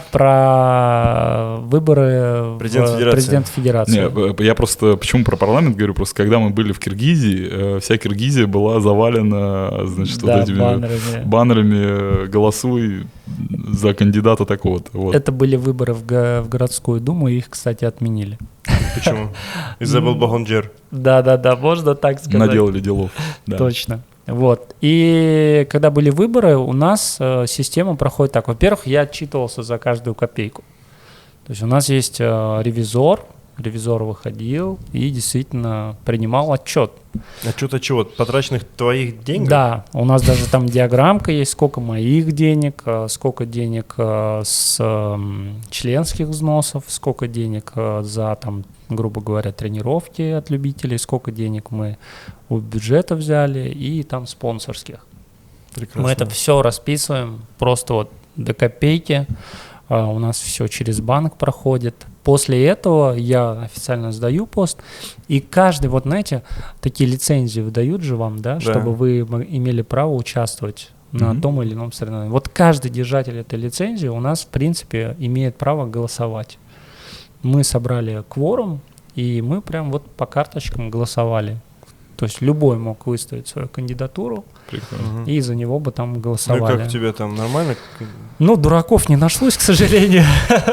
про выборы президента Федерации. Не, я просто, почему про парламент говорю, просто когда мы были в Киргизии, вся Киргизия была завалена, значит, вот этими баннерами «Голосуй за кандидата такого-то». Вот. Это были выборы в городскую думу, и их, кстати, отменили. Почему? Из-за Болбагонджер. Да, можно так сказать. Наделали делов. Да. Точно. Вот. И когда были выборы, у нас система проходит так. Во-первых, я отчитывался за каждую копейку. То есть у нас есть ревизор выходил и действительно принимал отчет. Отчет от чего? Потраченных твоих денег? Да, у нас даже там диаграммка есть, сколько моих денег, сколько денег с членских взносов, сколько денег за, там, грубо говоря, тренировки от любителей, сколько денег мы у бюджета взяли и там спонсорских. Прекрасно. Мы это все расписываем просто вот до копейки. У нас все через банк проходит. После этого я официально сдаю пост, и каждый, вот знаете, такие лицензии выдают же вам, да, чтобы вы имели право участвовать на том или ином соревновании. Вот каждый держатель этой лицензии у нас, в принципе, имеет право голосовать. Мы собрали кворум, и мы прям вот по карточкам голосовали. То есть любой мог выставить свою кандидатуру, и за него бы там голосовали. Ну и как у тебя там, нормально? Ну, дураков не нашлось, к сожалению.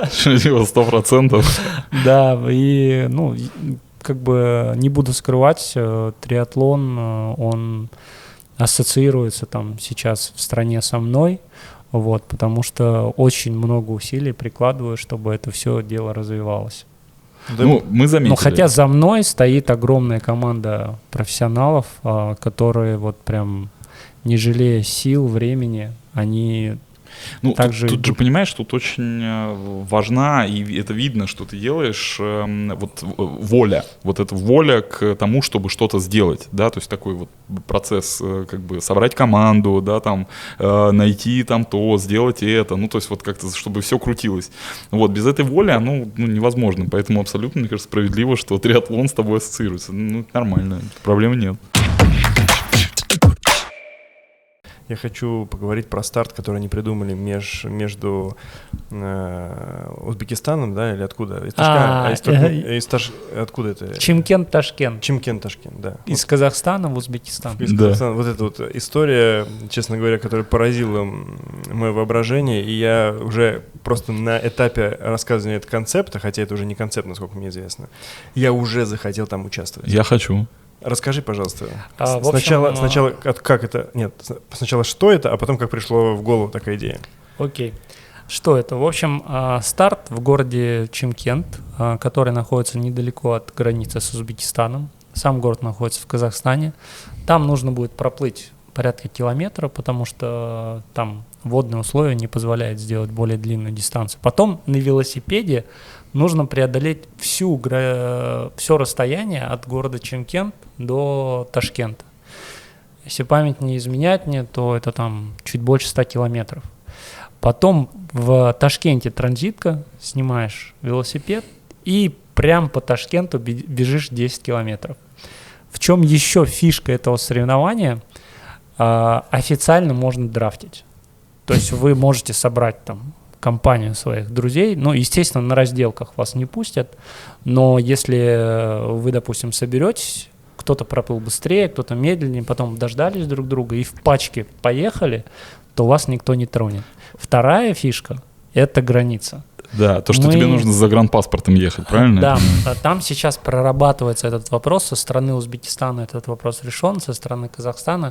100%. Да, и, ну, как бы не буду скрывать, триатлон, он ассоциируется там сейчас в стране со мной, вот, потому что очень много усилий прикладываю, чтобы это все дело развивалось. Да, ну, мы заметили. Но хотя за мной стоит огромная команда профессионалов, которые вот прям не жалея сил, времени, они Ну, также тут же, понимаешь, тут очень важна, и это видно, что ты делаешь, вот воля, вот эта воля к тому, чтобы что-то сделать, да, то есть такой вот процесс, как бы собрать команду, да, там, найти там то, сделать это, ну, то есть вот как-то, чтобы все крутилось. Вот, без этой воли оно невозможно, поэтому абсолютно, мне кажется, справедливо, что триатлон с тобой ассоциируется, ну, нормально, проблемы нет. Я хочу поговорить про старт, который они придумали между Узбекистаном, да, или откуда? Откуда это? Чимкент, Ташкент. Чимкент, Ташкент, да. Из Казахстана в Узбекистан. Да. Вот эта вот история, честно говоря, которая поразила мое воображение, и я уже просто на этапе рассказывания этого концепта, хотя это уже не концепт, насколько мне известно, я уже захотел там участвовать. Я хочу. Расскажи, пожалуйста. Сначала, как это? Нет, сначала что это, а потом как пришло в голову такая идея. Окей. Что это? В общем, старт в городе Чимкент, который находится недалеко от границы с Узбекистаном. Сам город находится в Казахстане. Там нужно будет проплыть порядка километра, потому что там водные условия не позволяют сделать более длинную дистанцию. Потом на велосипеде нужно преодолеть все расстояние от города Чимкент до Ташкента. Если память не изменяет мне, то это там чуть больше 100 километров. Потом в Ташкенте транзитка, снимаешь велосипед и прям по Ташкенту бежишь 10 километров. В чем еще фишка этого соревнования? Официально можно драфтить. То есть вы можете собрать там компанию своих друзей, ну, естественно, на разделках вас не пустят, но если вы, допустим, соберетесь, кто-то проплыл быстрее, кто-то медленнее, потом дождались друг друга и в пачке поехали, то вас никто не тронет. Вторая фишка – это граница. Да, то, что тебе нужно с загранпаспортом ехать, правильно? Да, там сейчас прорабатывается этот вопрос, со стороны Узбекистана этот вопрос решен, со стороны Казахстана,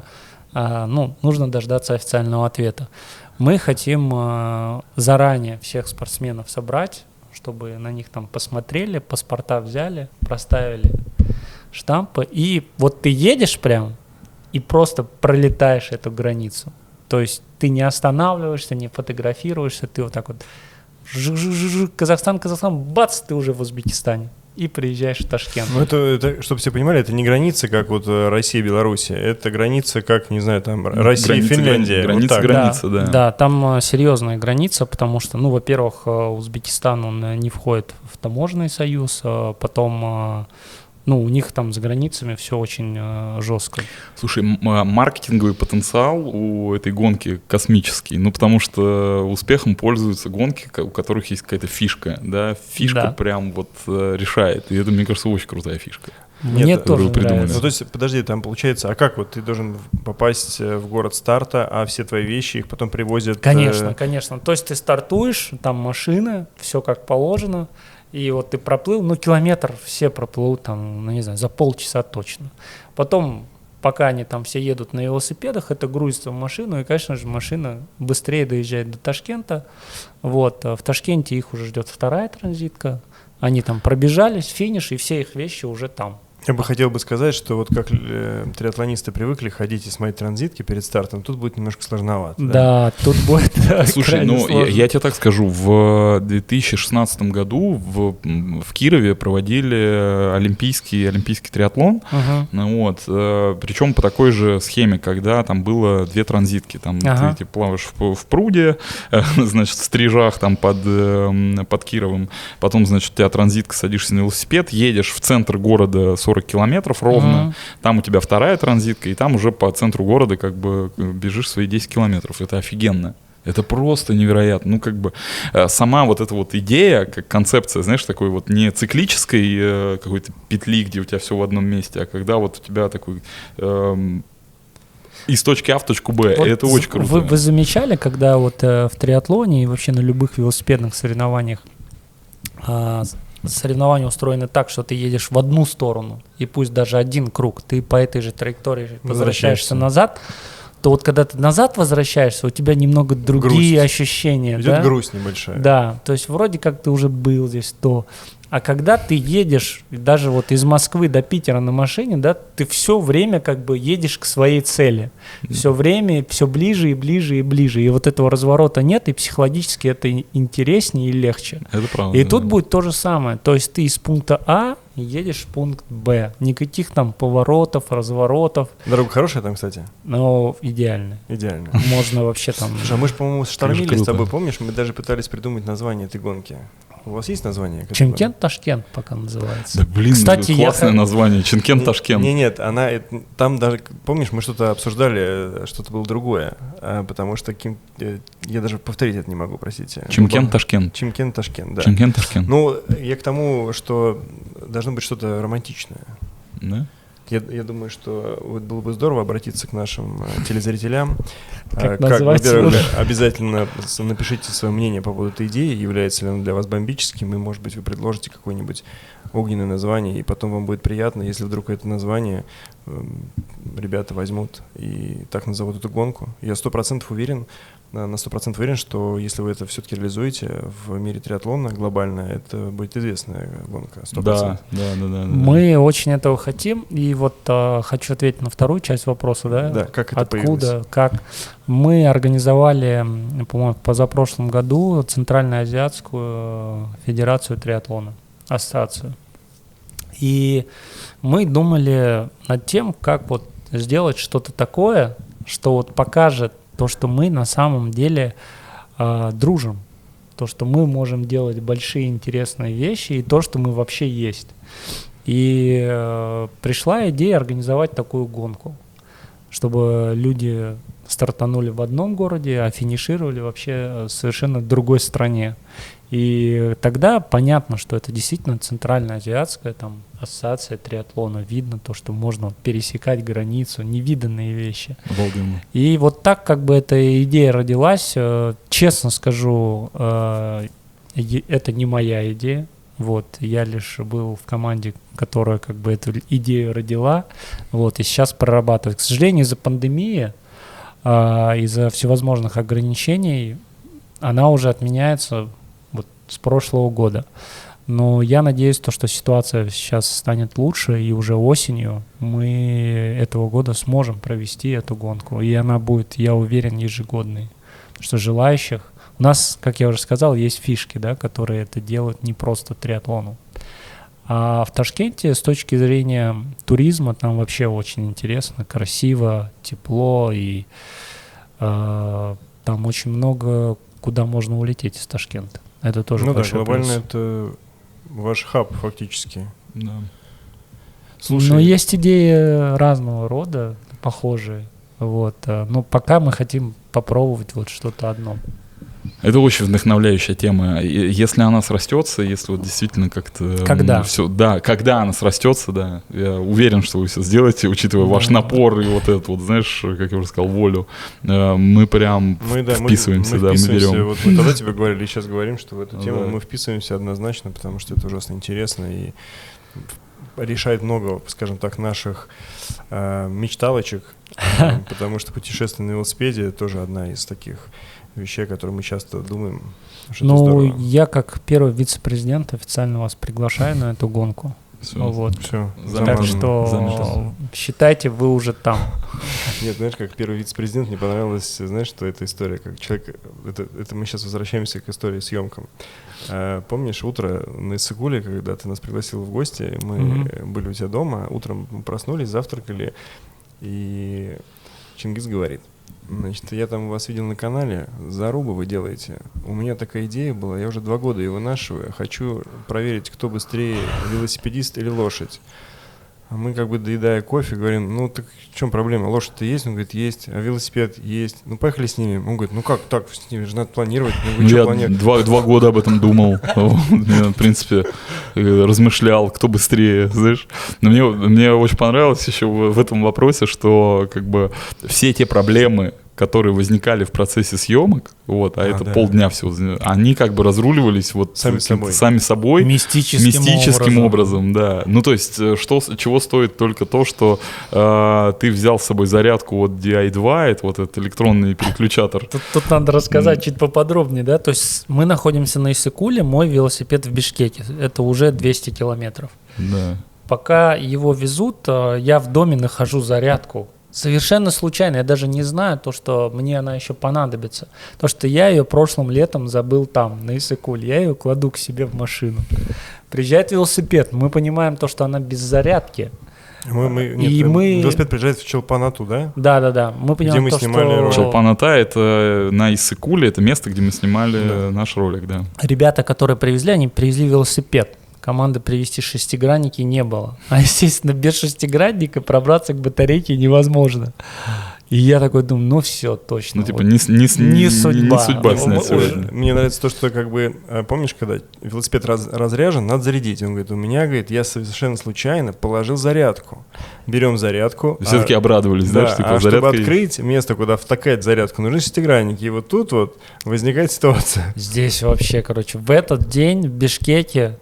нужно дождаться официального ответа. Мы хотим заранее всех спортсменов собрать, чтобы на них там посмотрели, паспорта взяли, проставили штампы, и вот ты едешь прям и просто пролетаешь эту границу. То есть ты не останавливаешься, не фотографируешься, ты вот так вот Казахстан, бац, ты уже в Узбекистане. И приезжаешь в Ташкент. Ну, это, чтобы все понимали, это не граница, как вот Россия, Белоруссия. Это граница, как, не знаю, там, Россия, Финляндия. Граница, да. Да, там серьезная граница, потому что, во-первых, Узбекистан, он не входит в таможенный союз, потом Ну, у них там за границами все очень жестко. Слушай, маркетинговый потенциал у этой гонки космический, ну, потому что успехом пользуются гонки, у которых есть какая-то фишка, да, фишка прям вот решает, и это, мне кажется, очень крутая фишка. Мне тоже нравится. Ну, то есть, подожди, там получается, а как вот ты должен попасть в город старта, а все твои вещи их потом привозят? Конечно, конечно. То есть ты стартуешь, там машины, все как положено, и вот ты проплыл, ну, километр все проплывут там, ну, не знаю, за полчаса точно. Потом, пока они там все едут на велосипедах, это грузится в машину, и, конечно же, машина быстрее доезжает до Ташкента. Вот, в Ташкенте их уже ждет вторая транзитка. Они там пробежались, финиш, и все их вещи уже там. Я бы хотел бы сказать, что вот как триатлонисты привыкли ходить и смотреть транзитки перед стартом, тут будет немножко сложновато. Да, тут будет. Слушай, ну я тебе так скажу, в 2016 году в Кирове проводили олимпийский триатлон, ну, вот, причем по такой же схеме, когда там было 2 транзитки, там ты плаваешь в пруде, значит, в стрижах там под Кировом, потом, значит, у тебя транзитка, садишься на велосипед, едешь в центр города 40 километров ровно, там у тебя вторая транзитка, и там уже по центру города как бы бежишь свои 10 километров. Это офигенно. Это просто невероятно. Ну, как бы сама вот эта вот идея, как концепция, знаешь, такой вот не циклической какой-то петли, где у тебя все в одном месте, а когда вот у тебя такой из точки А в точку Б. Вот это очень круто. Вы замечали, когда вот в триатлоне и вообще на любых велосипедных соревнованиях соревнования устроены так, что ты едешь в одну сторону, и пусть даже один круг, ты по этой же траектории возвращаешься назад, то вот когда ты назад возвращаешься, у тебя немного другие ощущения. Идет грусть небольшая. Да, то есть вроде как ты уже был здесь, а когда ты едешь, даже вот из Москвы до Питера на машине, да, ты все время как бы едешь к своей цели. Все время, все ближе и ближе и ближе. И вот этого разворота нет, и психологически это интереснее и легче. Это правда. И тут будет то же самое. То есть ты из пункта А едешь в пункт Б. Никаких там поворотов, разворотов. Дорога хорошая там, кстати? Но идеально. Идеально. Можно вообще там... Слушай, а мы же, по-моему, штормили с тобой, помнишь? Мы даже пытались придумать название этой гонки. У вас есть название? Чимкент-Ташкент пока называется. Да блин, кстати, классное название. Чимкент-Ташкент. Нет, там даже, помнишь, мы что-то обсуждали, что-то было другое, потому что я даже повторить это не могу, простите. Чимкент-Ташкент. Чимкент-Ташкент, да. Чимкент-Ташкент. Ну, я к тому, что должно быть что-то романтичное. Да? Я думаю, что вот было бы здорово обратиться к нашим телезрителям. Как обязательно напишите свое мнение по поводу этой идеи, является ли она для вас бомбическим, и, может быть, вы предложите какое-нибудь огненное название, и потом вам будет приятно, если вдруг это название ребята возьмут и так назовут эту гонку. Я на 100% уверен, что если вы это все-таки реализуете в мире триатлона глобально, это будет известная гонка. 100%. Да. Мы очень этого хотим, и вот хочу ответить на вторую часть вопроса, да? Да, как это Откуда, появилось? как? Мы организовали, по-моему, в позапрошлом году Центральноазиатскую федерацию триатлона, ассоциацию. И мы думали над тем, как вот сделать что-то такое, что вот покажет то, что мы на самом деле дружим, то, что мы можем делать большие интересные вещи, и то, что мы вообще есть. И пришла идея организовать такую гонку, чтобы люди стартанули в одном городе, а финишировали вообще в совершенно другой стране. И тогда понятно, что это действительно центральноазиатская там ассоциация триатлона. Видно то, что можно пересекать границу, невиданные вещи. Обалденно. И вот так как бы эта идея родилась. Честно скажу, это не моя идея. Вот, я лишь был в команде, которая как бы эту идею родила. Вот, и сейчас прорабатывает. К сожалению, из-за пандемии, из-за всевозможных ограничений, она уже отменяется с прошлого года. Но я надеюсь, что ситуация сейчас станет лучше, и уже осенью мы этого года сможем провести эту гонку. И она будет, я уверен, ежегодной. Потому что желающих... У нас, как я уже сказал, есть фишки, да, которые это делают не просто триатлону. А в Ташкенте с точки зрения туризма там вообще очень интересно, красиво, тепло, и там очень много куда можно улететь из Ташкента. Это тоже большой глобально плюс. это ваш хаб фактически. Да. Слушай, Но есть идеи разного рода, похожие. Вот. Но пока мы хотим попробовать вот что-то одно. Это очень вдохновляющая тема. Если она срастется, если вот действительно как-то... Когда? Все, да, когда она срастется, да. Я уверен, что вы все сделаете, учитывая ваш напор и вот этот вот, знаешь, как я уже сказал, волю. Мы прям вписываемся, мы берем. Вот мы тогда тебе говорили, и сейчас говорим, что в эту тему мы вписываемся однозначно, потому что это ужасно интересно и решает много, скажем так, наших мечталочек, потому что путешествие на велосипеде тоже одна из таких вещей, о которых мы часто думаем. Ну, я как первый вице-президент официально вас приглашаю на эту гонку. Все, вот. Все. Так что считайте, вы уже там. Нет, знаешь, как первый вице-президент, мне понравилось, знаешь, что эта история, как человек, это мы сейчас возвращаемся к истории съемкам. Помнишь, утро на Иссыкуле, когда ты нас пригласил в гости, мы были у тебя дома, утром мы проснулись, завтракали, и Чингиз говорит: значит, я там вас видел на канале, зарубы вы делаете. У меня такая идея была, я уже 2 года ее вынашиваю, хочу проверить, кто быстрее, велосипедист или лошадь. А мы как бы, доедая кофе, говорим: ну так в чем проблема, лошадь-то есть? Он говорит: есть. А велосипед есть. Ну поехали с ними. Он говорит: ну как так, с ними же надо планировать. Я 2 года об этом думал. В принципе, размышлял, кто быстрее, знаешь. Но мне очень понравилось еще в этом вопросе, что как бы все те проблемы, которые возникали в процессе съемок, вот, это полдня всего, они как бы разруливались вот сами собой мистическим образом, да. Ну, то есть, чего стоит только то, что ты взял с собой зарядку от DI2, это вот этот электронный переключатор. Тут надо рассказать чуть поподробнее, да, то есть мы находимся на Иссыкуле, мой велосипед в Бишкеке, это уже 200 километров. Да. Пока его везут, я в доме нахожу зарядку. Совершенно случайно, я даже не знаю, то, что мне она еще понадобится. То, что я ее прошлым летом забыл там, на Иссыкуле. Я ее кладу к себе в машину. Приезжает велосипед, мы понимаем то, что она без зарядки. Велосипед приезжает в Чолпан-Ату, да? Да. Мы понимаем, где мы снимали ролик. Чолпан-Ата — это на Иссыкуле, это место, где мы снимали наш ролик, да. Ребята, которые привезли, они привезли велосипед. Команды привезти шестигранники не было. А, естественно, без шестигранника пробраться к батарейке невозможно. И я такой думаю, ну все, точно. Ну, типа, не судьба снять сегодня. Мне нравится то, что, как бы, помнишь, когда велосипед разряжен, надо зарядить. Он говорит: у меня, говорит, я совершенно случайно положил зарядку. Берем зарядку. Все-таки обрадовались, да, что типа, чтобы открыть место, куда втыкать зарядку, нужны шестигранники. И вот тут вот возникает ситуация. Здесь вообще, короче, в этот день в Бишкеке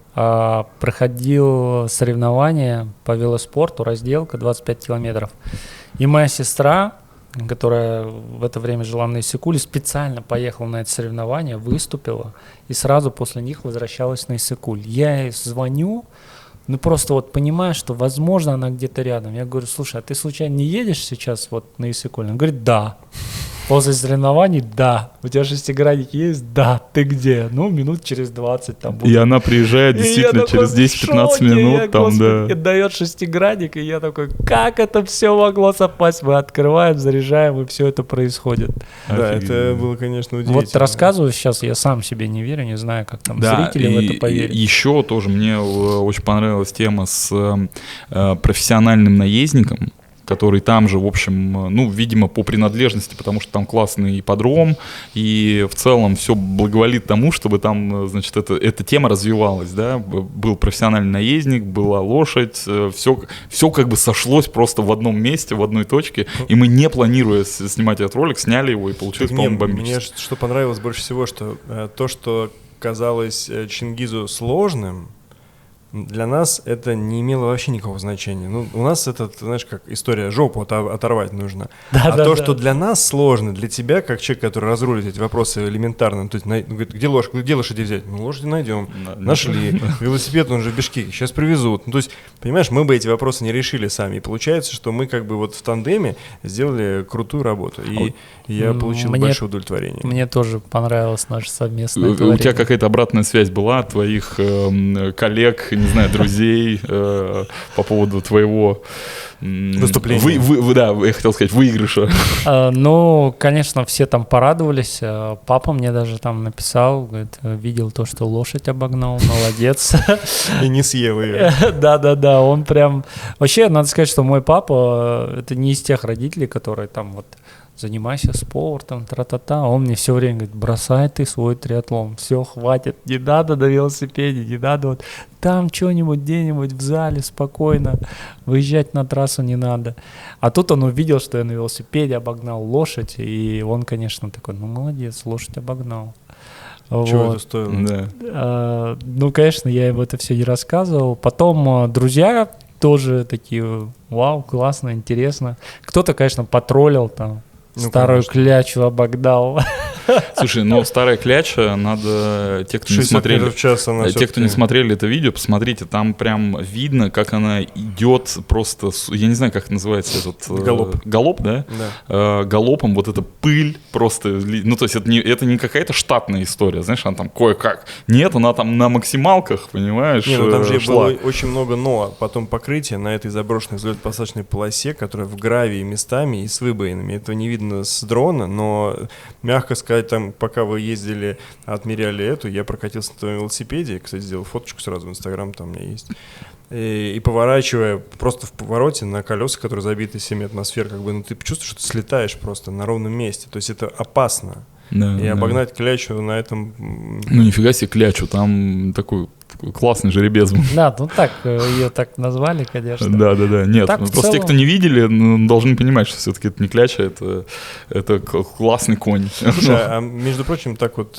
проходил соревнование по велоспорту, разделка 25 километров. И моя сестра, которая в это время жила на Иссыкуле, специально поехала на это соревнование, выступила и сразу после них возвращалась на Иссыкуль. Я ей звоню, ну просто вот понимаю, что возможно она где-то рядом. Я говорю: слушай, а ты случайно не едешь сейчас вот на Иссыкуль? Она говорит: да. После соревнований, да. У тебя шестигранник есть? Да. Ты где? Ну, минут через 20 там будет. И она приезжает действительно через 10-15 минут. Там, да. Дает шестигранник, и я такой: как это все могло совпасть? Мы открываем, заряжаем, и все это происходит. Да, это было, конечно, удивительно. Вот рассказываю сейчас, я сам себе не верю, не знаю, как там зрители в это поверят. Еще тоже мне очень понравилась тема с профессиональным наездником, который там же, в общем, ну, видимо, по принадлежности, потому что там классный ипподром, и в целом все благоволит тому, чтобы там, значит, эта тема развивалась, да, был профессиональный наездник, была лошадь, все как бы сошлось просто в одном месте, в одной точке, и мы, не планируя снимать этот ролик, сняли его, и получилось, по-моему, бомбически. Мне что понравилось больше всего, что то, что казалось Чингизу сложным, для нас это не имело вообще никакого значения. Ну, у нас это, знаешь, как история, жопу оторвать нужно. Что для нас сложно, для тебя, как человек, который разрулит эти вопросы элементарно, то есть, говорит: где лошади взять? Ну, лошади найдем. Нашли. Велосипед, он же в Бишкеке, сейчас привезут. Ну, то есть, понимаешь, мы бы эти вопросы не решили сами. И получается, что мы как бы вот в тандеме сделали крутую работу. И я получил большое удовлетворение. Мне тоже понравилось наше совместное творение. У тебя какая-то обратная связь была от твоих коллег, не знаю, друзей по поводу твоего Выступления. Да, я хотел сказать, выигрыша. Ну, конечно, все там порадовались. Папа мне даже там написал, говорит, видел то, что лошадь обогнал, молодец. И не съел ее. Да, он прям... Вообще, надо сказать, что мой папа, это не из тех родителей, которые там вот занимайся спортом, тра-та-та. Он мне все время говорит, бросай ты свой триатлон, все, хватит, не надо на велосипеде, не надо вот там что-нибудь где-нибудь в зале спокойно, выезжать на трассу не надо. А тут он увидел, что я на велосипеде обогнал лошадь, и он, конечно, такой, ну молодец, лошадь обогнал. Чего это стоило? Да. Ну, конечно, я ему это все не рассказывал. Потом друзья тоже такие, вау, классно, интересно. Кто-то, конечно, потроллил там, старую клячу обогнал. Слушай, ну старая кляча, надо те, кто не смотрели, не смотрели это видео, посмотрите, там прям видно, как она идет просто, я не знаю, как называется этот галоп, да? Да. Галопом вот эта пыль просто, ну то есть это не какая-то штатная история, знаешь, она там кое-как. Нет, она там на максималках, понимаешь? Не, ну там же было очень много но, потом покрытие на этой заброшенной взлет-посадочной полосе, которая в гравии местами и с выбоинами. Этого не видно с дрона, но мягко сказать, там, пока вы ездили, отмеряли эту, я прокатился на твоем велосипеде, кстати, сделал фоточку сразу в Инстаграм, там у меня есть, и поворачивая просто в повороте на колеса, которые забиты 7 атмосфер, как бы, ну, ты чувствуешь, что ты слетаешь просто на ровном месте, то есть это опасно. Да, и обогнать клячу на этом... Ну, нифига себе клячу, там такой классный жеребец был. Да, ну так, ее так назвали, конечно. Да. Нет, так, просто те, кто не видели, должны понимать, что все-таки это не кляча, это классный конь. Слушай, а между прочим, так вот...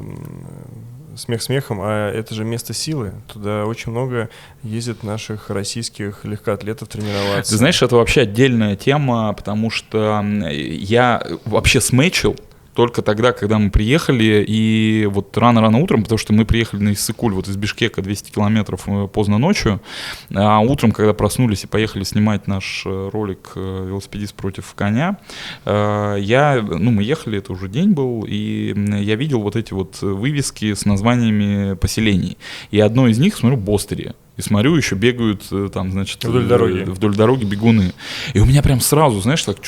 Смех смехом, а это же место силы. Туда очень много ездят наших российских легкоатлетов тренироваться. Ты знаешь, это вообще отдельная тема, потому что я вообще смечил только тогда, когда мы приехали, и вот рано-рано утром, потому что мы приехали на Иссык-Куль, вот из Бишкека 200 километров поздно ночью, а утром, когда проснулись и поехали снимать наш ролик «Велосипедист против коня», мы ехали, это уже день был, и я видел вот эти вот вывески с названиями поселений, и одно из них, смотрю, Бостери. И смотрю, еще бегают там, значит, вдоль дороги бегуны. И у меня прям сразу, знаешь, так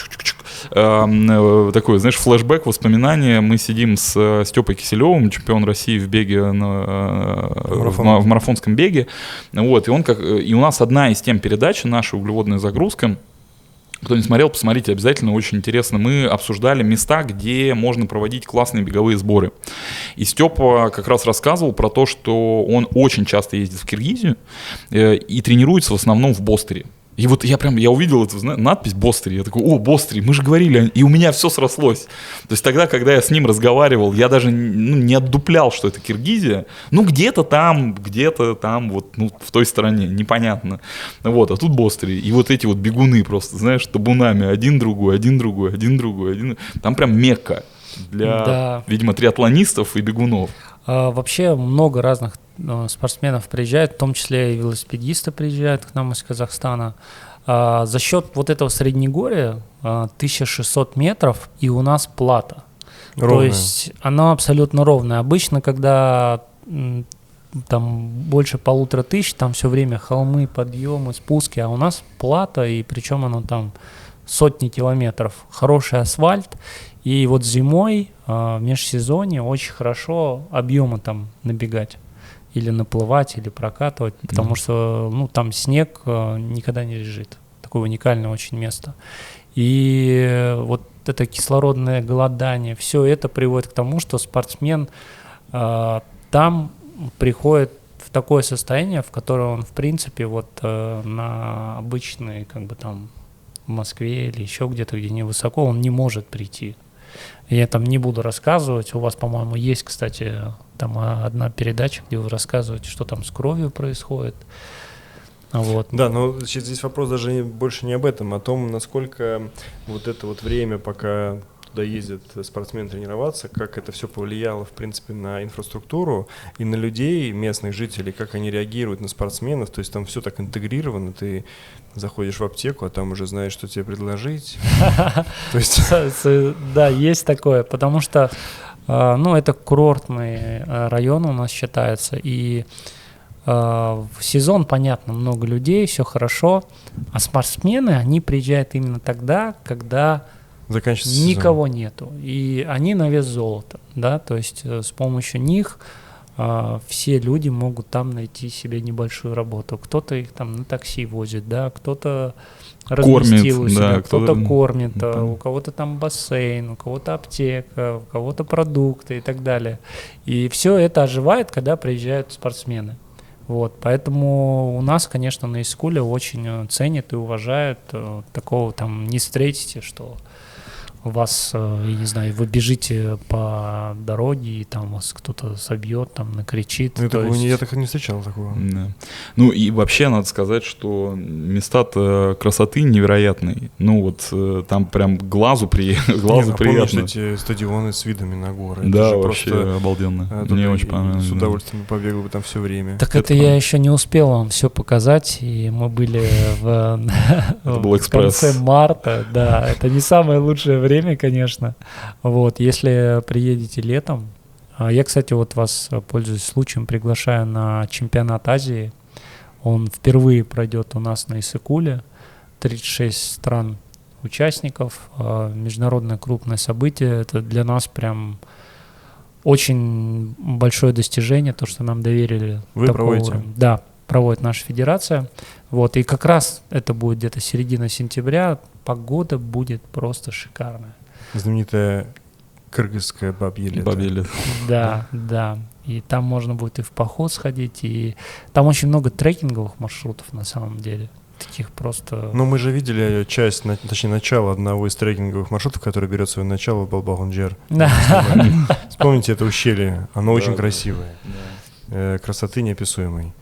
такой, знаешь, флешбэк, воспоминания. Мы сидим с Степой Киселевым, чемпион России в беге, в марафонском беге. Вот, и у нас одна из тем передачи, наша углеводная загрузка. Кто не смотрел, посмотрите, обязательно, очень интересно. Мы обсуждали места, где можно проводить классные беговые сборы. И Степа как раз рассказывал про то, что он очень часто ездит в Киргизию и тренируется в основном в Бостере. И вот я увидел эту надпись «Бостери», я такой, о, Бостери, мы же говорили, и у меня все срослось. То есть тогда, когда я с ним разговаривал, я даже не отдуплял, что это Киргизия, где-то там, вот, в той стороне, непонятно. Вот, а тут Бостери, и вот эти вот бегуны просто, знаешь, табунами, один другой. Там прям Мекка для, видимо, триатлонистов и бегунов. Вообще много разных спортсменов приезжают, в том числе и велосипедисты приезжают к нам из Казахстана. За счет вот этого среднегорья 1600 метров, и у нас плата. Ровная. То есть она абсолютно ровная. Обычно, когда там больше 1500, там все время холмы, подъемы, спуски, а у нас плата, и причем оно там сотни километров. Хороший асфальт. И вот зимой, в межсезонье, очень хорошо объемы там набегать. Или наплывать, или прокатывать, потому что там снег никогда не лежит. Такое уникальное очень место. И вот это кислородное голодание, все это приводит к тому, что спортсмен там приходит в такое состояние, в которое он, в принципе, вот на обычной, как бы там в Москве или еще где-то, где невысоко, он не может прийти. Я там не буду рассказывать. У вас, по-моему, есть, кстати, там одна передача, где вы рассказываете, что там с кровью происходит. Вот. Да, но здесь вопрос даже больше не об этом, а о том, насколько вот это вот время, пока туда ездят спортсмены тренироваться, как это все повлияло, в принципе, на инфраструктуру и на людей, местных жителей, как они реагируют на спортсменов. То есть там все так интегрировано, ты заходишь в аптеку, а там уже знаешь, что тебе предложить. Да, есть такое, потому что это курортный район у нас считается, и в сезон, понятно, много людей, все хорошо, а спортсмены, они приезжают именно тогда, когда заканчивается никого нету, и они на вес золота, да, то есть с помощью них все люди могут там найти себе небольшую работу. Кто-то их там на такси возит, да, кто-то разместил у себя, кто-то кормит, у кого-то там бассейн, у кого-то аптека, у кого-то продукты и так далее. И все это оживает, когда приезжают спортсмены. Вот, поэтому у нас, конечно, на Искуле очень ценят и уважают. Такого там не встретите, что вас, я не знаю, вы бежите по дороге, и там вас кто-то собьет, там накричит. Я так и не встречал такого. Да. Ну и вообще надо сказать, что места-то красоты невероятные. Ну вот там прям глазу приятно. Помнишь эти стадионы с видами на горы? Да, вообще обалденно. Мне очень понравилось. С удовольствием побегал бы там все время. Так это я еще не успел вам все показать, и мы были в конце марта. Да, это не самое лучшее время, конечно. Вот, если приедете летом, я, кстати, вот вас, пользуясь случаем, приглашаю на чемпионат Азии. Он впервые пройдет у нас на Иссык-Куле. 36 стран участников, международное крупное событие. Это для нас прям очень большое достижение, то, что нам доверили. Вы проводите? Да, проводит наша федерация. Вот, и как раз это будет где-то середина сентября. Погода будет просто шикарная. Знаменитая кыргызская бабье лето. Да, да. И там можно будет и в поход сходить, и там очень много трекинговых маршрутов на самом деле. Таких просто... Ну, мы же видели часть, точнее, начало одного из трекинговых маршрутов, который берет свое начало в Болбагон-Джер. Вспомните это ущелье, оно очень красивое. Красоты неописуемой.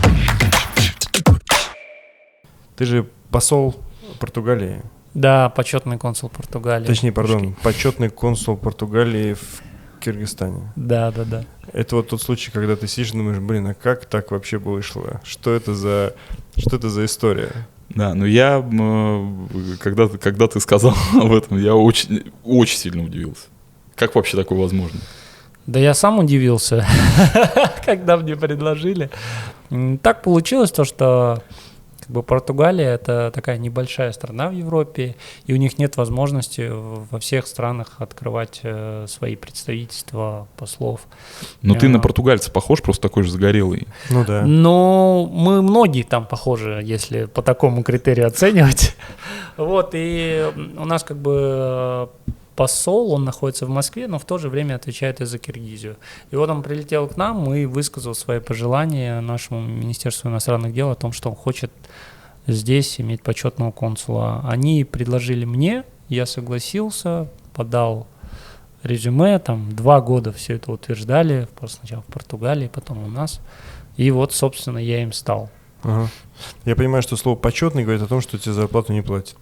Ты же посол Португалии. Да, почетный консул Португалии. Точнее, пардон, почетный консул Португалии в Кыргызстане. Да. Это вот тот случай, когда ты сидишь и думаешь, блин, а как так вообще вышло? Что это за история? Да, но я, когда ты сказал об этом, я очень, очень сильно удивился. Как вообще такое возможно? Да я сам удивился, когда мне предложили. Так получилось то, что как бы Португалия — это такая небольшая страна в Европе, и у них нет возможности во всех странах открывать свои представительства, послов. Но ты на португальца похож, просто такой же загорелый. Ну да. Ну, мы многие там похожи, если по такому критерию оценивать. Вот, и у нас как бы посол, он находится в Москве, но в то же время отвечает и за Киргизию. И вот он прилетел к нам и высказал свои пожелания нашему Министерству иностранных дел о том, что он хочет здесь иметь почетного консула. Они предложили мне, я согласился, подал резюме, там 2 года все это утверждали, сначала в Португалии, потом у нас. И вот, собственно, я им стал. Ага. Я понимаю, что слово «почетный» говорит о том, что тебе зарплату не платят.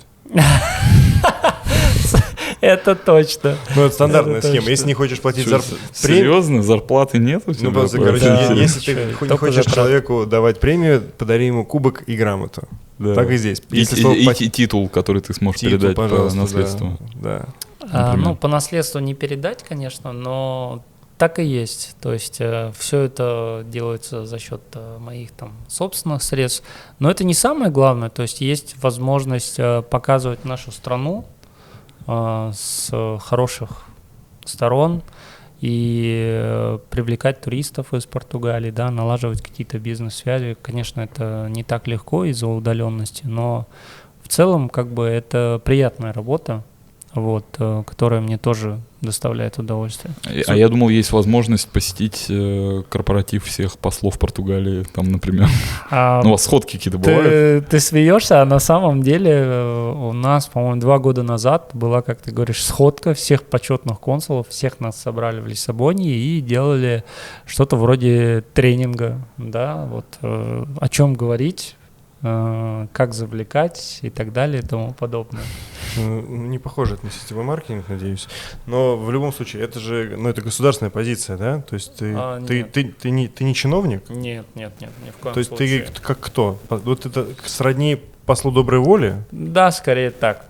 Это точно. Ну, это стандартная схема. Если не хочешь платить зарплату... Серьезно? Зарплаты нет у тебя? Ну, просто, короче, если ты не хочешь человеку давать премию, подари ему кубок и грамоту. Так и здесь. И титул, который ты сможешь передать по наследству. Да. Ну, по наследству не передать, конечно, но так и есть. То есть все это делается за счет моих там собственных средств. Но это не самое главное. То есть есть возможность показывать нашу страну с хороших сторон и привлекать туристов из Португалии, да, налаживать какие-то бизнес-связи. Конечно, это не так легко из-за удаленности, но в целом как бы это приятная работа, вот, которая мне тоже доставляет удовольствие. А я думал, есть возможность посетить корпоратив всех послов Португалии, там, например. Ну, у вас сходки какие-то бывают? Ты смеешься, а на самом деле у нас, по-моему, 2 года назад была, как ты говоришь, сходка всех почетных консулов, всех нас собрали в Лиссабоне и делали что-то вроде тренинга, да, вот о чем говорить, как завлекать и так далее и тому подобное. Не похоже это на сетевой маркетинг, надеюсь. Но в любом случае, это же, это государственная позиция, да? То есть ты не чиновник? Нет, ни в коем То есть случае. ты как кто? Вот это сродни послу доброй воли? Да, скорее так.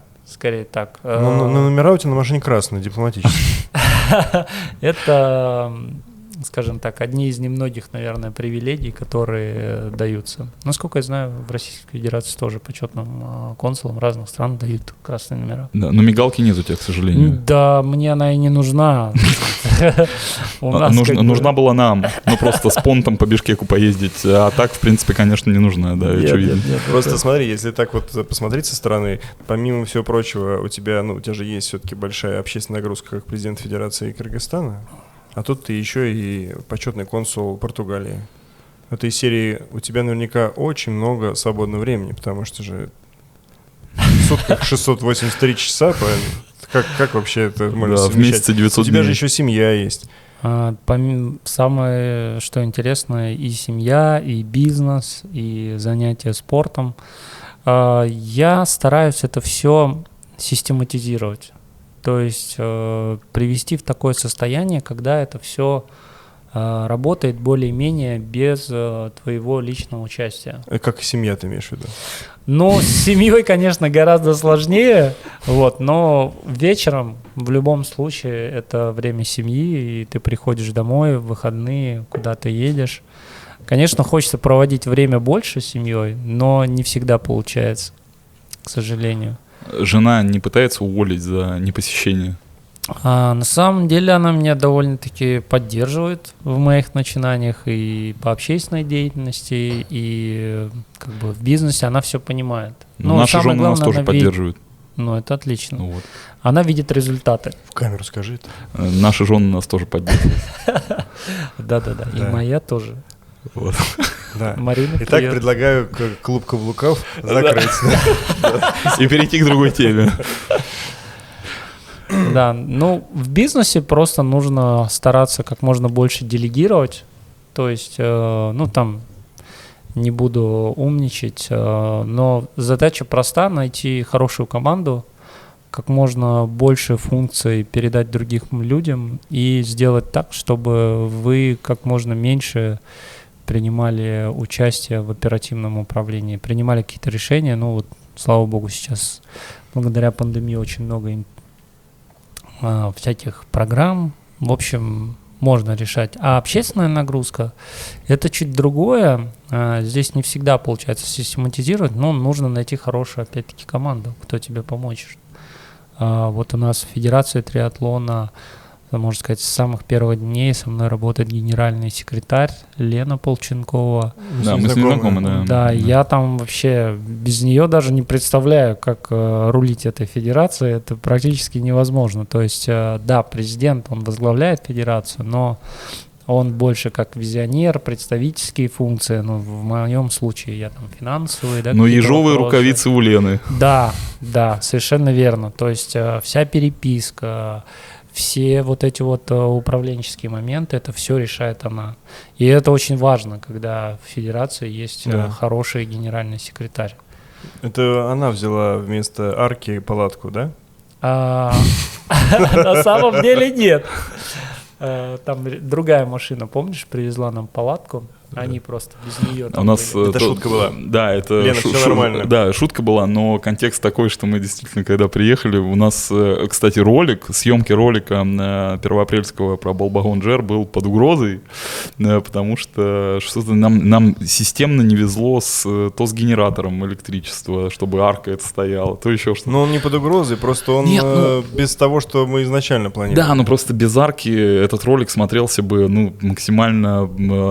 Но номера у тебя на машине красные, дипломатические. Это скажем так, одни из немногих, наверное, привилегий, которые даются. Насколько я знаю, в Российской Федерации тоже почетным консулам разных стран дают красные номера. Да, но мигалки нет у тебя, к сожалению. Да, мне она и не нужна. Нужна была нам, ну просто с понтом по Бишкеку поездить, а так, в принципе, конечно, не нужна, да, очевидно. Просто смотри, если так вот посмотреть со стороны, помимо всего прочего, у тебя же есть все-таки большая общественная нагрузка как президент Федерации Кыргызстана, а тут ты еще и почетный консул Португалии. В этой серии у тебя наверняка очень много свободного времени, потому что же в сутках 683 часа, правильно? Как вообще это можно совмещать? В месяце 900 У тебя дней. же еще семья есть. Самое, что интересно, и семья, и бизнес, и занятия спортом. Я стараюсь это все систематизировать. То есть привести в такое состояние, когда это все работает более-менее без твоего личного участия. Как семья ты имеешь в виду? Ну, с семьей, конечно, гораздо сложнее, но вечером в любом случае это время семьи, и ты приходишь домой в выходные, куда ты едешь. Конечно, хочется проводить время больше с семьей, но не всегда получается, к сожалению. Жена не пытается уволить за непосещение? На самом деле она меня довольно-таки поддерживает в моих начинаниях и по общественной деятельности, и как бы в бизнесе она все понимает. Но наши жены нас тоже поддерживают. Ну, это отлично. Ну, вот. Она видит результаты. В камеру скажи это. Наши жены нас тоже поддерживают. Да-да-да, и моя тоже. Вот. Да. Марина, Итак, привет. предлагаю клуб каблуков закрыть. И перейти к другой теме. Да, ну в бизнесе просто нужно стараться как можно больше делегировать. То есть, ну там не буду умничать, но задача проста: найти хорошую команду, как можно больше функций передать другим людям и сделать так, чтобы вы как можно меньше принимали участие в оперативном управлении, принимали какие-то решения. Ну вот, слава богу, сейчас благодаря пандемии очень много всяких программ, в общем, можно решать. А общественная нагрузка – это чуть другое. Здесь не всегда получается систематизировать, но нужно найти хорошую, опять-таки, команду, кто тебе поможет. Вот у нас в Федерации триатлона, можно сказать, с самых первых дней со мной работает генеральный секретарь Лена Полченкова. Да, мы с ней знакомы, да. Да, я там вообще без нее даже не представляю, как рулить этой федерацией. Это практически невозможно. То есть, да, президент, он возглавляет федерацию, но он больше как визионер, представительские функции. Ну, в моем случае я там финансовые. Да, но ежовые рукавицы у Лены. Да, да, совершенно верно. То есть вся переписка, все вот эти вот управленческие моменты, это все решает она. И это очень важно, когда в федерации есть хороший генеральный секретарь. Это она взяла вместо арки палатку, да? На самом деле нет. Там другая машина, помнишь, привезла нам палатку. Они просто без нее там у нас были. Это шутка была. Да, это Лена, все нормально. Да, шутка была, но контекст такой, что мы действительно, когда приехали, у нас, кстати, съемки ролика первоапрельского про Болбагон-Джер был под угрозой, потому что что-то нам системно не везло то с генератором электричества, чтобы арка это стояла, то еще что-то. Но он не под угрозой, просто он без того, что мы изначально планировали. Да, но просто без арки этот ролик смотрелся бы максимально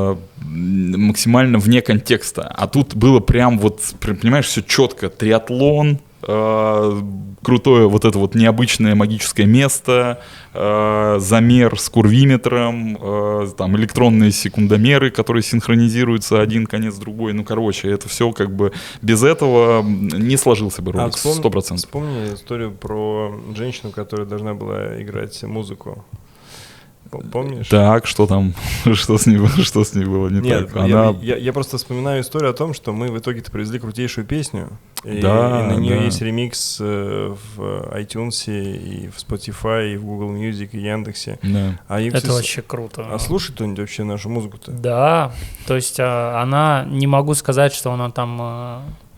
вне контекста. А тут было прям вот, понимаешь, все четко. Триатлон, крутое вот это вот необычное магическое место, замер с курвиметром, там электронные секундомеры, которые синхронизируются один конец другой. Ну, короче, это все как бы без этого не сложился бы ролик 100%. Вспомни историю про женщину, которая должна была играть музыку. Помнишь? Так, что там, что с ней было не Нет, так? Я просто вспоминаю историю о том, что мы в итоге-то привезли крутейшую песню, и на нее есть ремикс в iTunes, и в Spotify, и в Google Music, и Яндексе. Да. Это вообще круто. А слушает кто-нибудь вообще нашу музыку-то? Да, то есть она, не могу сказать, что она там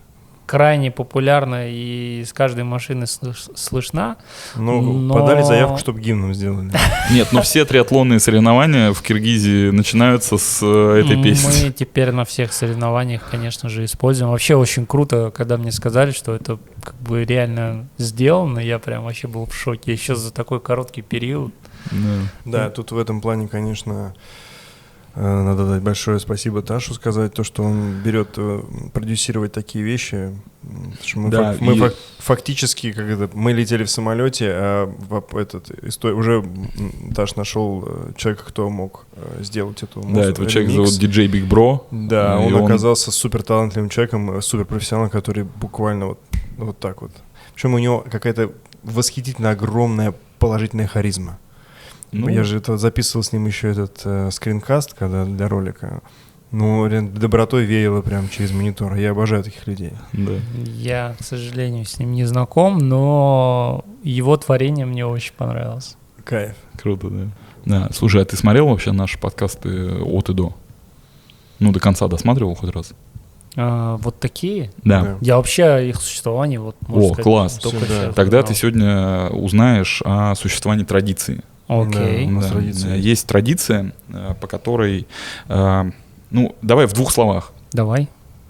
крайне популярна и с каждой машины слышна. Ну, подали заявку, чтобы гимном сделали. Нет, но все триатлонные соревнования в Киргизии начинаются с этой песни. Мы теперь на всех соревнованиях, конечно же, используем. Вообще очень круто, когда мне сказали, что это как бы реально сделано. Я прям вообще был в шоке. Еще за такой короткий период. Да, тут в этом плане, конечно, надо дать большое спасибо Ташу, сказать то, что он берет продюсировать такие вещи. Мы фактически, мы летели в самолете, а уже Таш нашел человека, кто мог сделать эту музыку. Да, этого человека зовут диджей Big Bro. Да, он оказался супер талантливым человеком, супер профессионалом, который буквально вот так вот. Причем у него какая-то восхитительно огромная положительная харизма. Я же записывал с ним еще этот скринкаст, когда для ролика. Ну, добротой веяло прям через монитор. Я обожаю таких людей. Да. Я, к сожалению, с ним не знаком, но его творение мне очень понравилось. Кайф. Круто, да. Слушай, а ты смотрел вообще наши подкасты от и до? Ну, до конца досматривал хоть раз? Вот такие? Да. Я вообще их существование, можно сказать, класс. Тогда ты узнал. сегодня узнаешь о существовании традиции. Окей. Да. Есть традиция, по которой, давай в 2 словах. Давай.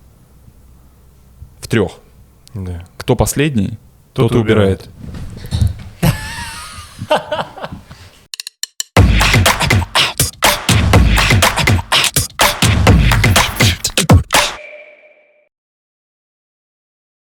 В 3. Да. Кто последний, Тот тот и убирает.